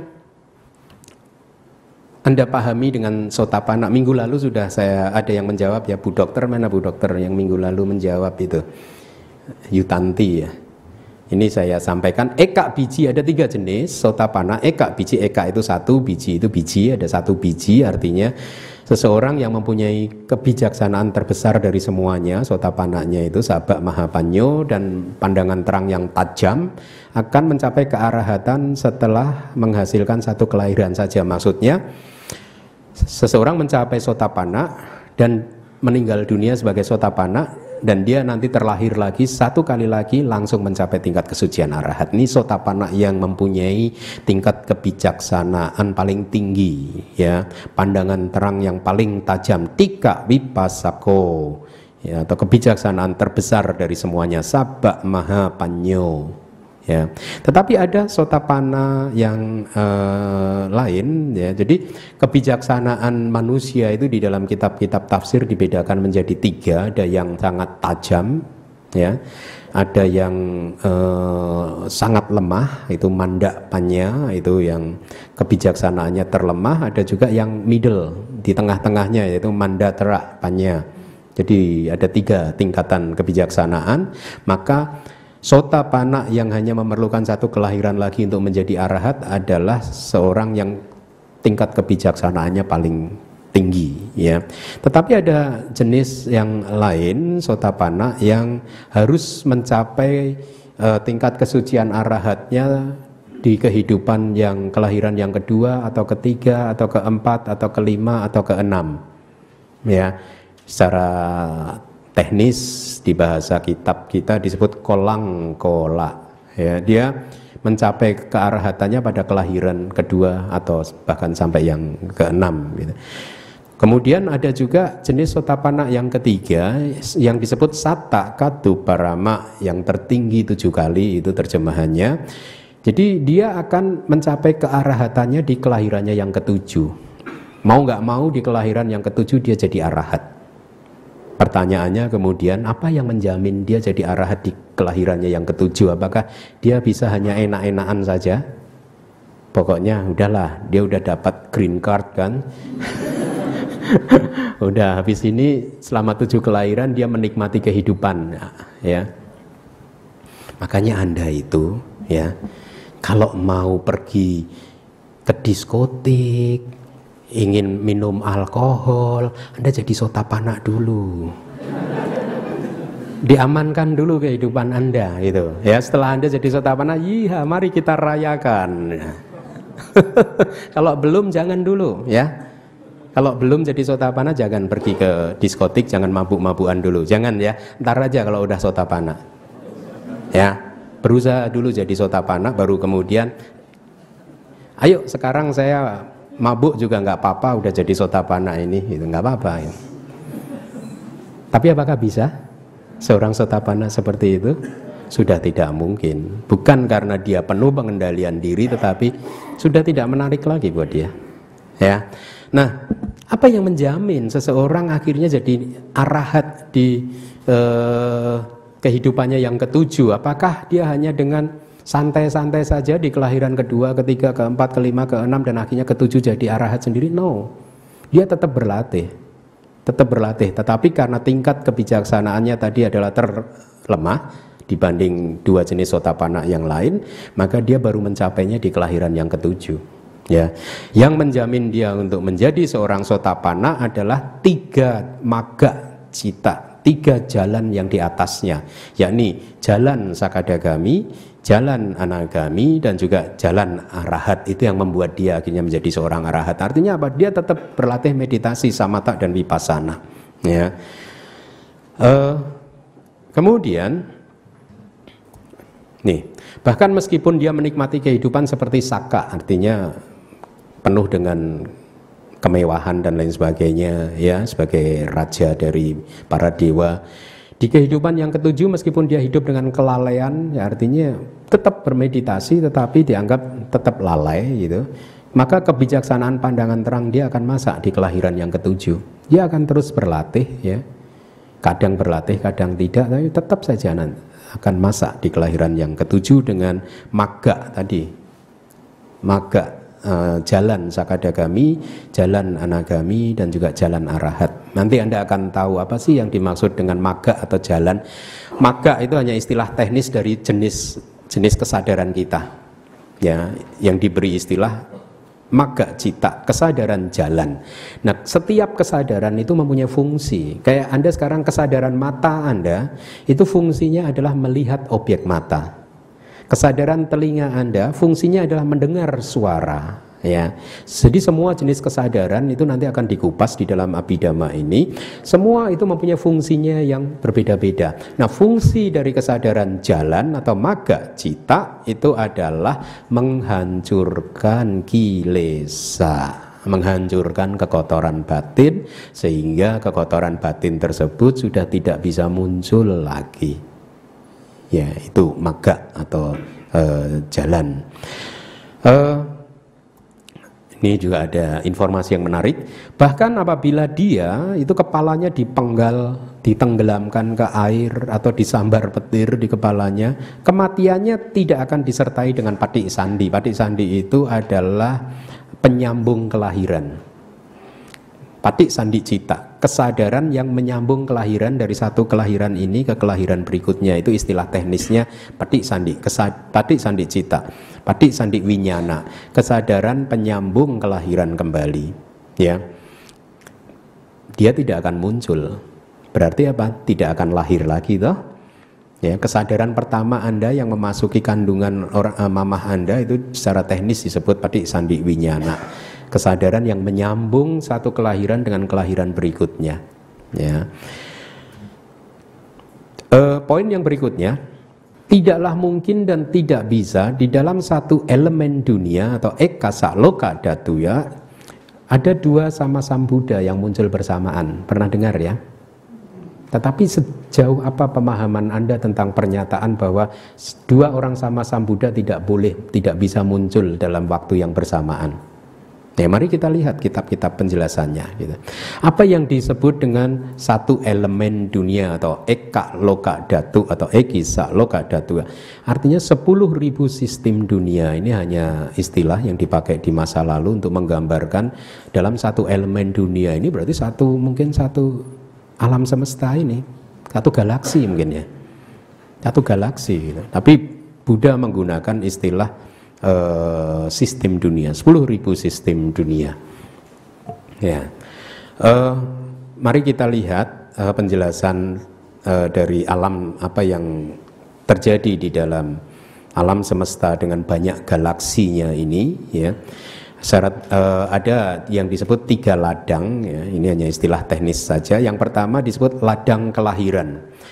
Anda pahami dengan sotapanna? Minggu lalu sudah ada yang menjawab ya, Bu Dokter, mana Bu Dokter yang minggu lalu menjawab itu? Yutanti ya. Ini saya sampaikan, eka biji ada 3 jenis sotapanna. Eka biji, eka itu 1, biji itu biji, ada 1 biji, artinya seseorang yang mempunyai kebijaksanaan terbesar dari semuanya, sotapannanya itu sabak mahapanyo dan pandangan terang yang tajam, akan mencapai kearahatan setelah menghasilkan 1 kelahiran saja. Maksudnya seseorang mencapai sotapanna dan meninggal dunia sebagai sotapanna, dan dia nanti terlahir lagi 1 kali lagi langsung mencapai tingkat kesucian arahat. Ini sotapanna yang mempunyai tingkat kebijaksanaan paling tinggi, ya, pandangan terang yang paling tajam, tika vipassako, ya, atau kebijaksanaan terbesar dari semuanya, sabak mahapanyo. Ya, tetapi ada sotapanna yang lain, ya. Jadi kebijaksanaan manusia itu di dalam kitab-kitab tafsir dibedakan menjadi 3. Ada yang sangat tajam, ya. Ada yang sangat lemah, itu manda panya, itu yang kebijaksanaannya terlemah. Ada juga yang middle, di tengah-tengahnya, yaitu manda tera panya. Jadi ada 3 tingkatan kebijaksanaan. Maka sotapanna yang hanya memerlukan 1 kelahiran lagi untuk menjadi arahat adalah seorang yang tingkat kebijaksanaannya paling tinggi, ya. Tetapi ada jenis yang lain, sotapanna, yang harus mencapai tingkat kesucian arahatnya di kehidupan yang kelahiran yang kedua atau ketiga atau keempat atau kelima atau keenam, ya. Secara teknis di bahasa kitab kita disebut kolang kola, ya. Dia mencapai kearahatannya pada kelahiran kedua atau bahkan sampai yang keenam, gitu. Kemudian ada juga jenis sotapanna yang ketiga yang disebut satta katuparama, yang tertinggi 7 kali, itu terjemahannya. Jadi dia akan mencapai kearahatannya di kelahirannya yang ke-7. Mau nggak mau di kelahiran yang ke-7 dia jadi arahat. Pertanyaannya kemudian, apa yang menjamin dia jadi arahat di kelahirannya yang ke-7? Apakah dia bisa hanya enak-enakan saja? Pokoknya udahlah, dia udah dapat green card kan. Udah habis ini selama 7 kelahiran dia menikmati kehidupan, ya. Makanya Anda itu, ya, kalau mau pergi ke diskotik, ingin minum alkohol, Anda jadi sotapanna dulu. Diamankan dulu kehidupan Anda, gitu. Ya, setelah Anda jadi sotapanna, iya, mari kita rayakan. Kalau belum jangan dulu, ya. Kalau belum jadi sotapanna jangan pergi ke diskotik, jangan mabuk-mabukan dulu. Jangan, ya. Ntar aja kalau udah sotapanna. Ya. berusaha dulu jadi sotapanna, baru kemudian ayo sekarang saya mabuk juga nggak apa-apa, udah jadi sotapanna ini, itu nggak apa-apa. Ya. Tapi apakah bisa seorang sotapanna seperti itu? Sudah tidak mungkin. Bukan karena dia penuh pengendalian diri, tetapi sudah tidak menarik lagi buat dia. Ya. Nah, apa yang menjamin seseorang akhirnya jadi arahat di kehidupannya yang ketujuh? Apakah dia hanya dengan santai-santai saja di kelahiran kedua, ketiga, keempat, kelima, keenam, dan akhirnya ketujuh jadi arahat sendiri? No. Dia tetap berlatih. Tetapi karena tingkat kebijaksanaannya tadi adalah terlemah dibanding dua jenis sotapanna yang lain, maka dia baru mencapainya di kelahiran yang ketujuh. Ya, yang menjamin dia untuk menjadi seorang sotapanna adalah 3 magga cita, 3 jalan yang di atasnya, yakni jalan sakadagami, jalan anagami, dan juga jalan arahat. Itu yang membuat dia akhirnya menjadi seorang arahat. Artinya apa? Dia tetap berlatih meditasi, samatha dan vipassana. Ya. Kemudian nih, bahkan meskipun dia menikmati kehidupan seperti saka, artinya penuh dengan kemewahan dan lain sebagainya, ya, sebagai raja dari para dewa, di kehidupan yang ketujuh meskipun dia hidup dengan kelalaian, ya artinya tetap bermeditasi tetapi dianggap tetap lalai gitu, maka kebijaksanaan pandangan terang dia akan masak di kelahiran yang ketujuh. Dia akan terus berlatih, ya, kadang berlatih kadang tidak, tapi tetap saja akan masak di kelahiran yang ketujuh dengan magga tadi, magga, jalan sakadagami, jalan anagami, dan juga jalan arahat. Nanti Anda akan tahu apa sih yang dimaksud dengan magga atau jalan. Magga itu hanya istilah teknis dari jenis kesadaran kita, ya, yang diberi istilah magga cita, kesadaran jalan. Nah, setiap kesadaran itu mempunyai fungsi. Kayak Anda sekarang kesadaran mata Anda, itu fungsinya adalah melihat objek mata. Kesadaran telinga Anda, fungsinya adalah mendengar suara. Ya, jadi semua jenis kesadaran itu nanti akan dikupas di dalam Abhidhamma ini. Semua itu mempunyai fungsinya yang berbeda-beda. Nah, fungsi dari kesadaran jalan atau magga cita itu adalah menghancurkan kilesa, menghancurkan kekotoran batin, sehingga kekotoran batin tersebut sudah tidak bisa muncul lagi. Ya, itu magga atau jalan. Ini juga ada informasi yang menarik. Bahkan apabila dia itu kepalanya dipenggal, ditenggelamkan ke air atau disambar petir di kepalanya, kematiannya tidak akan disertai dengan patik sandi. Patik sandi itu adalah penyambung kelahiran. Patik sandi cita, kesadaran yang menyambung kelahiran dari satu kelahiran ini ke kelahiran berikutnya, itu istilah teknisnya patik sandi, patik sandi cita, patik sandi winyana, kesadaran penyambung kelahiran kembali. Ya, dia tidak akan muncul. Berarti apa? Tidak akan lahir lagi, toh? Ya, kesadaran pertama Anda yang memasuki kandungan mamah Anda itu secara teknis disebut patik sandi winyana. Kesadaran yang menyambung satu kelahiran dengan kelahiran berikutnya. Ya. Poin yang berikutnya, tidaklah mungkin dan tidak bisa di dalam satu elemen dunia atau ekasa loka datuya ada 2 sama Buddha yang muncul bersamaan. Pernah dengar ya? Tetapi sejauh apa pemahaman Anda tentang pernyataan bahwa 2 orang sama Buddha tidak bisa muncul dalam waktu yang bersamaan? Ya, mari kita lihat kitab-kitab penjelasannya gitu. Apa yang disebut dengan satu elemen dunia atau eka loka datu atau ekisa loka datu, artinya 10.000 sistem dunia. Ini hanya istilah yang dipakai di masa lalu untuk menggambarkan dalam satu elemen dunia ini berarti mungkin satu alam semesta ini, satu galaksi mungkin ya, satu galaksi gitu. Tapi Buddha menggunakan istilah sistem dunia, 10.000 sistem dunia. Ya, mari kita lihat penjelasan dari alam apa yang terjadi di dalam alam semesta dengan banyak galaksinya ini. Ya, ada yang disebut 3 ladang. Ya, ini hanya istilah teknis saja. Yang pertama disebut ladang kelahiran.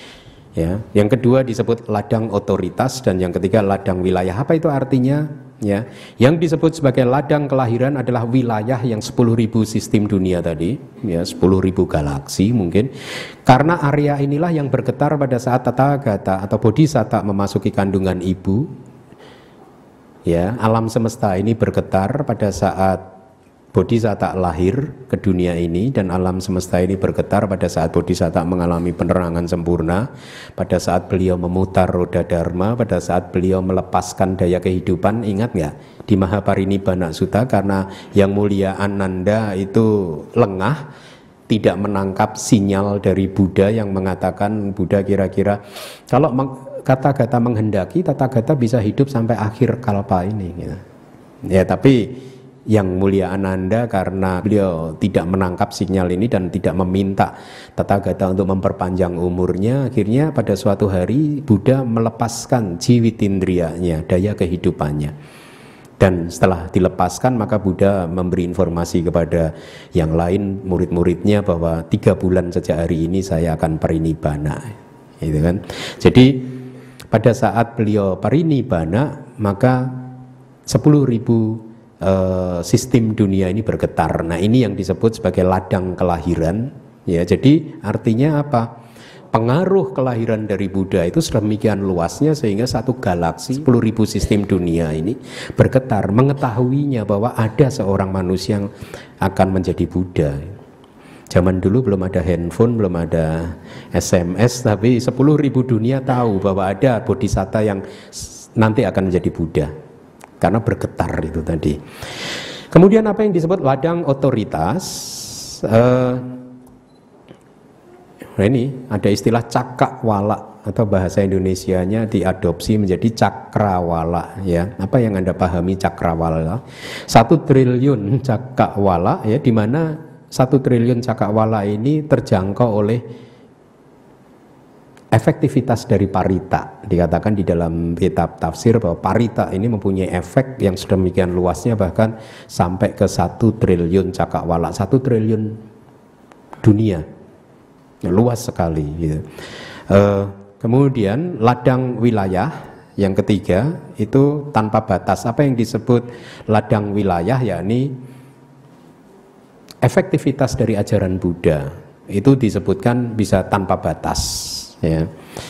Ya, yang kedua disebut ladang otoritas dan yang ketiga ladang wilayah. Apa itu artinya? Ya, yang disebut sebagai ladang kelahiran adalah wilayah yang 10.000 sistem dunia tadi, ya 10.000 galaksi mungkin. Karena area inilah yang bergetar pada saat Tathagata atau Bodhisatta memasuki kandungan ibu. Ya, alam semesta ini bergetar pada saat Bodhisatta lahir ke dunia ini, dan alam semesta ini bergetar pada saat Bodhisatta mengalami penerangan sempurna, pada saat beliau memutar roda dharma, pada saat beliau melepaskan daya kehidupan. Ingat nggak di Mahaparinibbana Sutta, karena yang mulia Ananda itu lengah, tidak menangkap sinyal dari Buddha yang mengatakan, Buddha kira-kira kalau Tathagata menghendaki, Tathagata bisa hidup sampai akhir kalpa ini gitu. Ya, tapi yang mulia Ananda karena beliau tidak menangkap sinyal ini dan tidak meminta Tathagata untuk memperpanjang umurnya, akhirnya pada suatu hari Buddha melepaskan jiwitindriyanya, daya kehidupannya. Dan setelah dilepaskan maka Buddha memberi informasi kepada yang lain, murid-muridnya, bahwa 3 bulan sejak hari ini saya akan parinibbana, gitu kan. Jadi pada saat beliau parinibbana maka 10.000 sistem dunia ini bergetar. Nah, ini yang disebut sebagai ladang kelahiran. Ya, jadi artinya apa? Pengaruh kelahiran dari Buddha itu sedemikian luasnya sehingga satu galaksi 10.000 sistem dunia ini bergetar mengetahuinya bahwa ada seorang manusia yang akan menjadi Buddha. Zaman dulu belum ada handphone, belum ada SMS, tapi 10.000 dunia tahu bahwa ada Bodhisatta yang nanti akan menjadi Buddha. Karena bergetar itu tadi. Kemudian apa yang disebut ladang otoritas? Ini ada istilah cakrawala atau bahasa Indonesianya diadopsi menjadi cakrawala. Ya, apa yang Anda pahami cakrawala? 1 triliun cakrawala, ya, di mana 1 triliun cakrawala ini terjangkau oleh efektivitas dari parita. Dikatakan di dalam kitab tafsir bahwa parita ini mempunyai efek yang sedemikian luasnya, bahkan sampai ke 1 triliun cakrawala, 1 triliun dunia, luas sekali gitu. Kemudian ladang wilayah yang ketiga itu tanpa batas. Apa yang disebut ladang wilayah? Yakni efektivitas dari ajaran Buddha itu disebutkan bisa tanpa batas. Ya.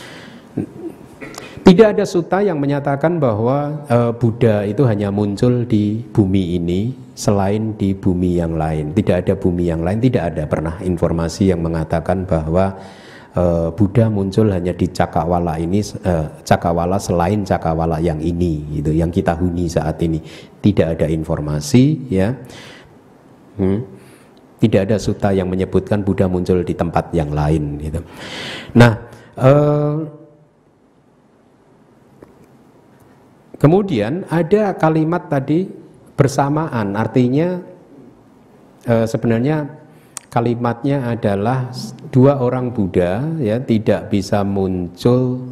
Tidak ada sutta yang menyatakan bahwa Buddha itu hanya muncul di bumi ini selain di bumi yang lain. Tidak ada bumi yang lain, tidak ada pernah informasi yang mengatakan bahwa Buddha muncul hanya di cakrawala ini, cakrawala selain cakrawala yang ini, gitu, yang kita huni saat ini. Tidak ada informasi, ya. Tidak ada sutta yang menyebutkan Buddha muncul di tempat yang lain, gitu. Nah, kemudian ada kalimat tadi bersamaan, artinya sebenarnya kalimatnya adalah 2 orang Buddha, ya, tidak bisa muncul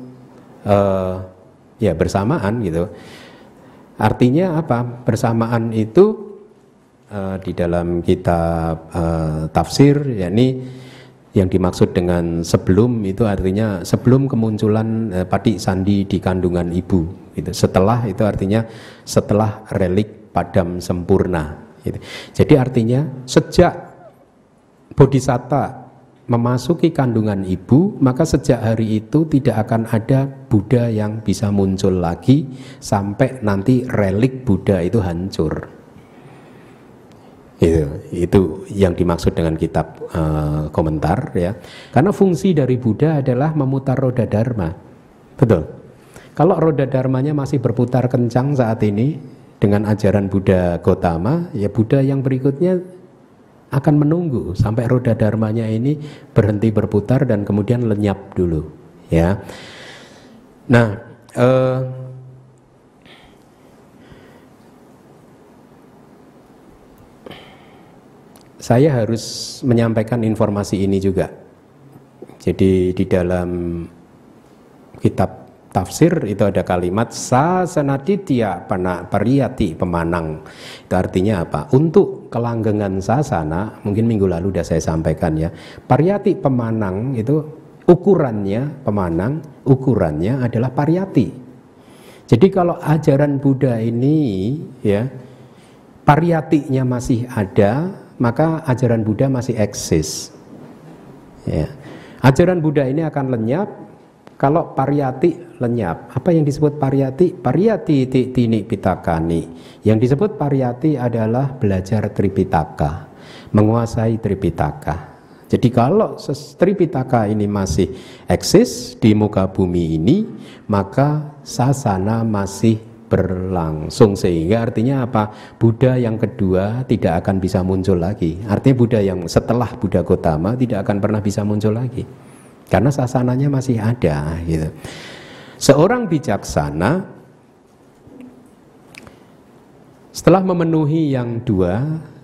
ya bersamaan gitu. Artinya apa? Bersamaan itu di dalam kitab tafsir, yakni yang dimaksud dengan sebelum itu artinya sebelum kemunculan Patik Sandi di kandungan ibu gitu. Setelah itu artinya setelah relik padam sempurna gitu. Jadi artinya sejak Bodhisatta memasuki kandungan ibu, maka sejak hari itu tidak akan ada Buddha yang bisa muncul lagi sampai nanti relik Buddha itu hancur. Itu yang dimaksud dengan kitab komentar, ya. Karena fungsi dari Buddha adalah memutar roda dharma. Betul. Kalau roda dharmanya masih berputar kencang saat ini dengan ajaran Buddha Gautama, ya Buddha yang berikutnya akan menunggu sampai roda dharmanya ini berhenti berputar dan kemudian lenyap dulu, ya. Nah, saya harus menyampaikan informasi ini juga. Jadi di dalam kitab tafsir itu ada kalimat sasanaditya pariyati pemanang. Itu artinya apa? Untuk kelanggengan sasana, mungkin minggu lalu sudah saya sampaikan, ya. Pariyati pemanang itu ukurannya pemanang, ukurannya adalah pariyati. Jadi kalau ajaran Buddha ini ya pariyatinya masih ada, maka ajaran Buddha masih eksis. Ya. Ajaran Buddha ini akan lenyap kalau pariyati lenyap. Apa yang disebut pariyati? Pariyati tini pitakani. Yang disebut pariyati adalah belajar Tripitaka, menguasai Tripitaka. Jadi kalau Tripitaka ini masih eksis di muka bumi ini, maka sasana masih berlangsung. Sehingga artinya apa? Buddha yang kedua tidak akan bisa muncul lagi. Artinya Buddha yang setelah Buddha Gotama tidak akan pernah bisa muncul lagi, karena sasananya masih ada gitu. Seorang bijaksana setelah memenuhi yang dua,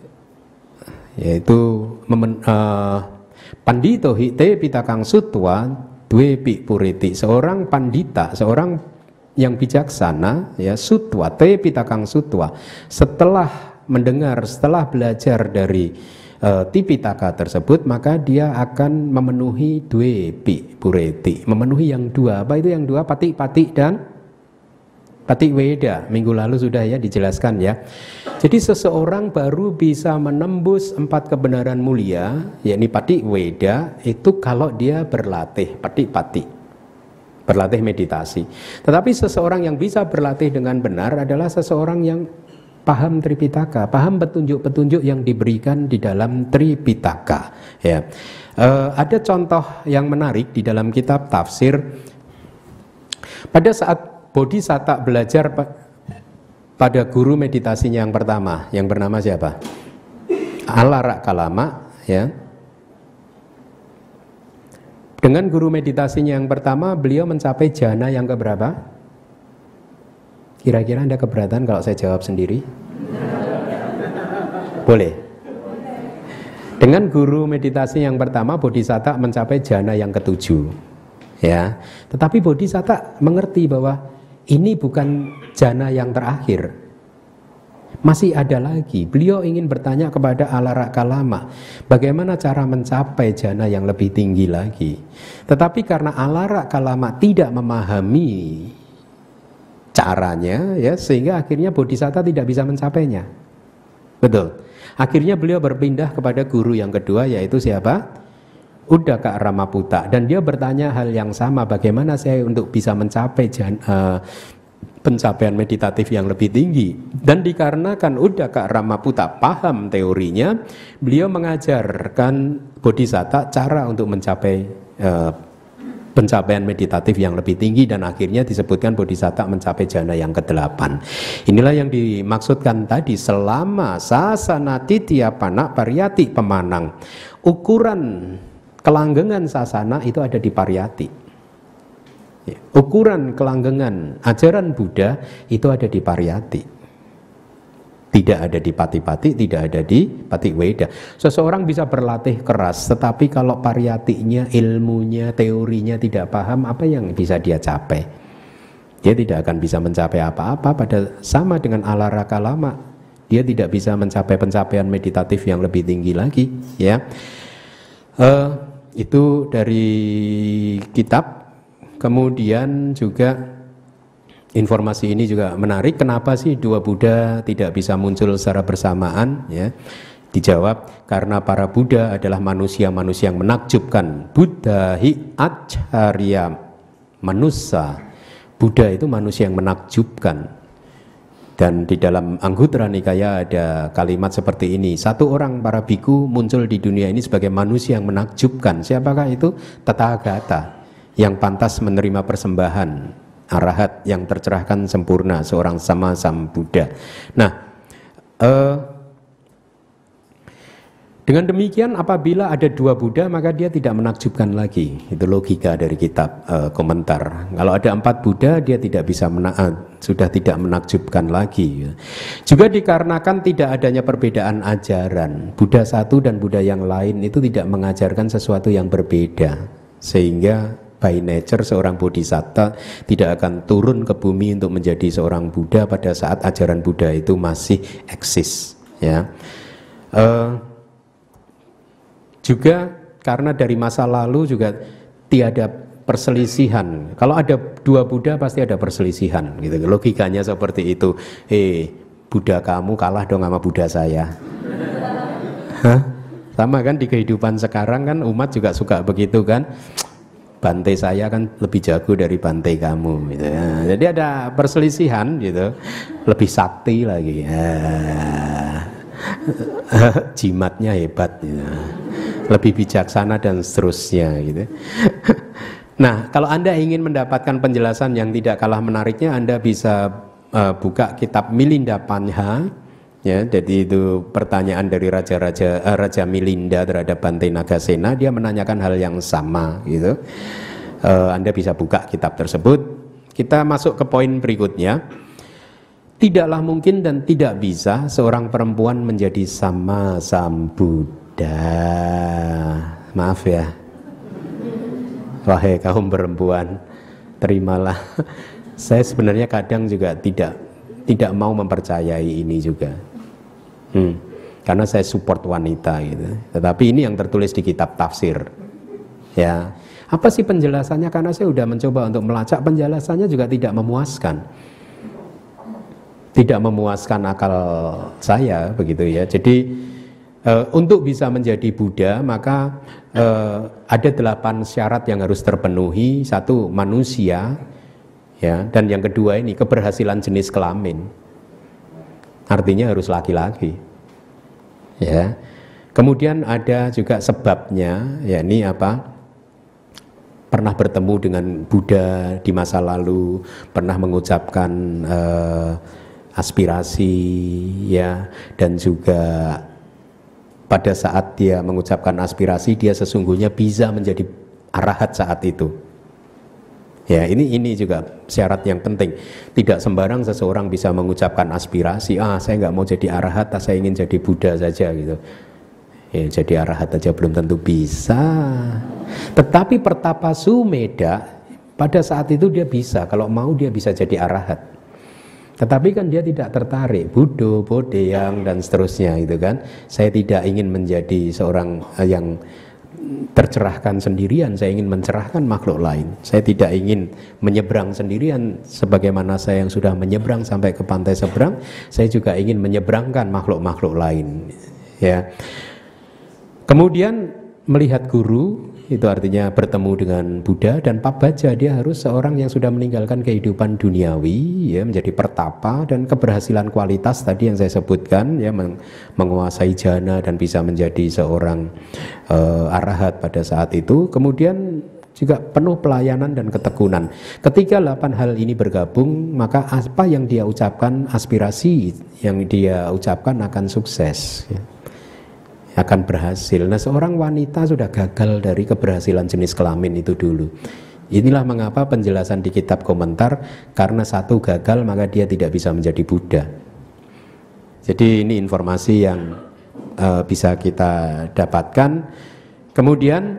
yaitu pandito hite pitakang sutwa dwe pi puriti. Seorang pandita, seorang yang bijaksana ya, sutwa te pitakang sutwa, setelah mendengar, setelah belajar dari Tipitaka tersebut, maka dia akan memenuhi dwe pi puriti, memenuhi yang dua. Apa itu yang dua? Pati dan pati weda. Minggu lalu sudah ya dijelaskan ya. Jadi seseorang baru bisa menembus 4 kebenaran mulia, yakni pati weda, itu kalau dia berlatih pati, berlatih meditasi. Tetapi seseorang yang bisa berlatih dengan benar adalah seseorang yang paham Tripitaka, paham petunjuk-petunjuk yang diberikan di dalam Tripitaka. Ya. Ada contoh yang menarik di dalam kitab tafsir. Pada saat Bodhisatta belajar pada guru meditasinya yang pertama, yang bernama siapa? Alara Kalama. Ya. Dengan guru meditasinya yang pertama, beliau mencapai jana yang keberapa? Kira-kira Anda keberatan kalau saya jawab sendiri? Boleh. Dengan guru meditasi yang pertama, Bodhisatta mencapai jana yang ke-7. Ya. Tetapi Bodhisatta mengerti bahwa ini bukan jana yang terakhir. Masih ada lagi. Beliau ingin bertanya kepada Alara Kalama, bagaimana cara mencapai jana yang lebih tinggi lagi. Tetapi karena Alara Kalama tidak memahami caranya ya, sehingga akhirnya Bodhisatta tidak bisa mencapainya. Betul. Akhirnya beliau berpindah kepada guru yang kedua, yaitu siapa? Uddaka Ramaputta. Dan dia bertanya hal yang sama, bagaimana saya untuk bisa mencapai pencapaian meditatif yang lebih tinggi. Dan dikarenakan Uddaka Ramaputta paham teorinya, beliau mengajarkan Bodhisatta cara untuk mencapai pencapaian meditatif yang lebih tinggi, dan akhirnya disebutkan Bodhisatta mencapai jana yang ke-8. Inilah yang dimaksudkan tadi, selama sasana titiapana pariyati pemanang. Ukuran kelanggengan sasana itu ada di pariyati. Ukuran kelanggengan ajaran Buddha itu ada di pariyati. Tidak ada di pati-pati, tidak ada di pati weda. Seseorang bisa berlatih keras, tetapi kalau pariyatinya, ilmunya, teorinya tidak paham, apa yang bisa dia capai? Dia tidak akan bisa mencapai apa-apa. Pada sama dengan Alara Kalama, dia tidak bisa mencapai pencapaian meditatif yang lebih tinggi lagi. Ya, itu dari kitab. Kemudian juga informasi ini juga menarik, kenapa sih dua Buddha tidak bisa muncul secara bersamaan? Ya, dijawab karena para Buddha adalah manusia-manusia yang menakjubkan. Buddha hi acharya manusa. Buddha itu manusia yang menakjubkan. Dan di dalam Anggutara Nikaya ada kalimat seperti ini, satu orang para biku muncul di dunia ini sebagai manusia yang menakjubkan. Siapakah itu? Tathagata, yang pantas menerima persembahan. Arahat yang tercerahkan sempurna, seorang sama Sambuddha. Nah, dengan demikian apabila ada dua Buddha maka dia tidak menakjubkan lagi. Itu logika dari kitab komentar. Kalau ada 4 Buddha dia tidak bisa sudah tidak menakjubkan lagi. Juga dikarenakan tidak adanya perbedaan ajaran. Buddha satu dan Buddha yang lain itu tidak mengajarkan sesuatu yang berbeda, sehingga by nature seorang bodhisatta tidak akan turun ke bumi untuk menjadi seorang Buddha pada saat ajaran Buddha itu masih eksis. Ya, juga karena dari masa lalu juga tiada perselisihan. Kalau ada dua Buddha pasti ada perselisihan gitu. Logikanya seperti itu. Buddha kamu kalah dong sama Buddha saya. Hah? Sama kan di kehidupan sekarang kan umat juga suka begitu kan. Bante saya kan lebih jago dari bante kamu gitu ya. Jadi ada perselisihan gitu. Lebih sakti lagi. Jimatnya hebat gitu. Lebih bijaksana dan seterusnya gitu. Nah, kalau Anda ingin mendapatkan penjelasan yang tidak kalah menariknya, Anda bisa buka kitab Milinda Panha, ya. Jadi itu pertanyaan dari Raja Milinda terhadap Bante Nagasena. Dia menanyakan hal yang sama, gitu. Anda bisa buka kitab tersebut. Kita masuk ke poin berikutnya. Tidaklah mungkin dan tidak bisa seorang perempuan menjadi sama Sambuddha. Maaf ya. Wahai kaum perempuan, terimalah. Saya sebenarnya kadang juga tidak mau mempercayai ini juga. Karena saya support wanita gitu. Tetapi ini yang tertulis di kitab tafsir. Ya. Apa sih penjelasannya? Karena saya sudah mencoba untuk melacak, penjelasannya juga tidak memuaskan. Tidak memuaskan akal saya begitu ya. Jadi untuk bisa menjadi Buddha maka ada 8 syarat yang harus terpenuhi. 1, manusia, ya, dan yang kedua ini keberhasilan jenis kelamin. Artinya harus laki-laki. Ya. Kemudian ada juga sebabnya, yakni apa? Pernah bertemu dengan Buddha di masa lalu, pernah mengucapkan aspirasi, ya, dan juga pada saat dia mengucapkan aspirasi dia sesungguhnya bisa menjadi arahat saat itu. Ya, ini juga syarat yang penting. Tidak sembarang seseorang bisa mengucapkan aspirasi, saya nggak mau jadi arahat, saya ingin jadi Buddha saja gitu. Ya, jadi arahat saja belum tentu bisa. Tetapi Pertapa Sumedha pada saat itu dia bisa, kalau mau dia bisa jadi arahat. Tetapi kan dia tidak tertarik, Buddha, Bodheyang dan seterusnya itu kan. Saya tidak ingin menjadi seorang yang tercerahkan sendirian, saya ingin mencerahkan makhluk lain. Saya tidak ingin menyeberang sendirian sebagaimana saya yang sudah menyeberang sampai ke pantai seberang, saya juga ingin menyeberangkan makhluk-makhluk lain. Ya. Kemudian melihat guru, itu artinya bertemu dengan Buddha, dan Pabbajja, dia harus seorang yang sudah meninggalkan kehidupan duniawi, ya, menjadi pertapa, dan keberhasilan kualitas tadi yang saya sebutkan, ya, menguasai jana dan bisa menjadi seorang arahat pada saat itu. Kemudian juga penuh pelayanan dan ketekunan. Ketika 8 hal ini bergabung, maka apa yang dia ucapkan, aspirasi yang dia ucapkan akan sukses, ya, akan berhasil. Nah, seorang wanita sudah gagal dari keberhasilan jenis kelamin itu dulu. Inilah mengapa penjelasan di kitab komentar, karena 1 gagal maka dia tidak bisa menjadi Buddha. Jadi ini informasi yang bisa kita dapatkan. Kemudian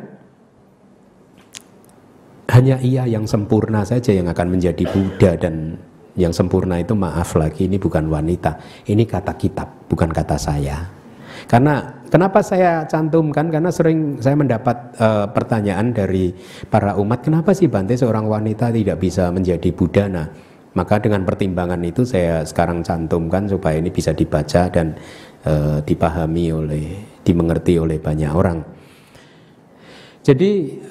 hanya ia yang sempurna saja yang akan menjadi Buddha, dan yang sempurna itu, maaf lagi, ini bukan wanita. Ini kata kitab, bukan kata saya. Karena kenapa saya cantumkan? Karena sering saya mendapat pertanyaan dari para umat, kenapa sih Bante seorang wanita tidak bisa menjadi Buddha? Nah, maka dengan pertimbangan itu saya sekarang cantumkan supaya ini bisa dibaca dan dimengerti oleh banyak orang. Jadi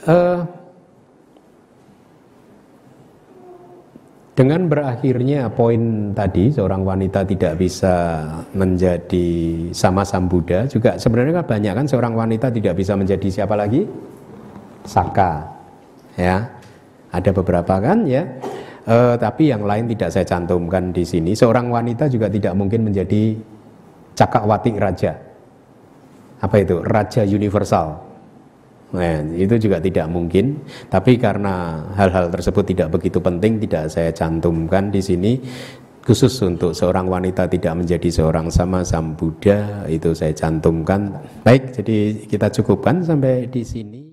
dengan berakhirnya poin tadi, seorang wanita tidak bisa menjadi sama Sambuddha, juga sebenarnya kan banyak kan seorang wanita tidak bisa menjadi siapa lagi? Saka, ya. Ada beberapa kan, ya. Tapi yang lain tidak saya cantumkan di sini. Seorang wanita juga tidak mungkin menjadi Cakrawarti Raja. Apa itu? Raja universal. Nah, itu juga tidak mungkin. Tapi karena hal-hal tersebut tidak begitu penting, tidak saya cantumkan di sini. Khusus untuk seorang wanita tidak menjadi seorang sama Sambuddha, itu saya cantumkan. Baik, jadi kita cukupkan sampai di sini.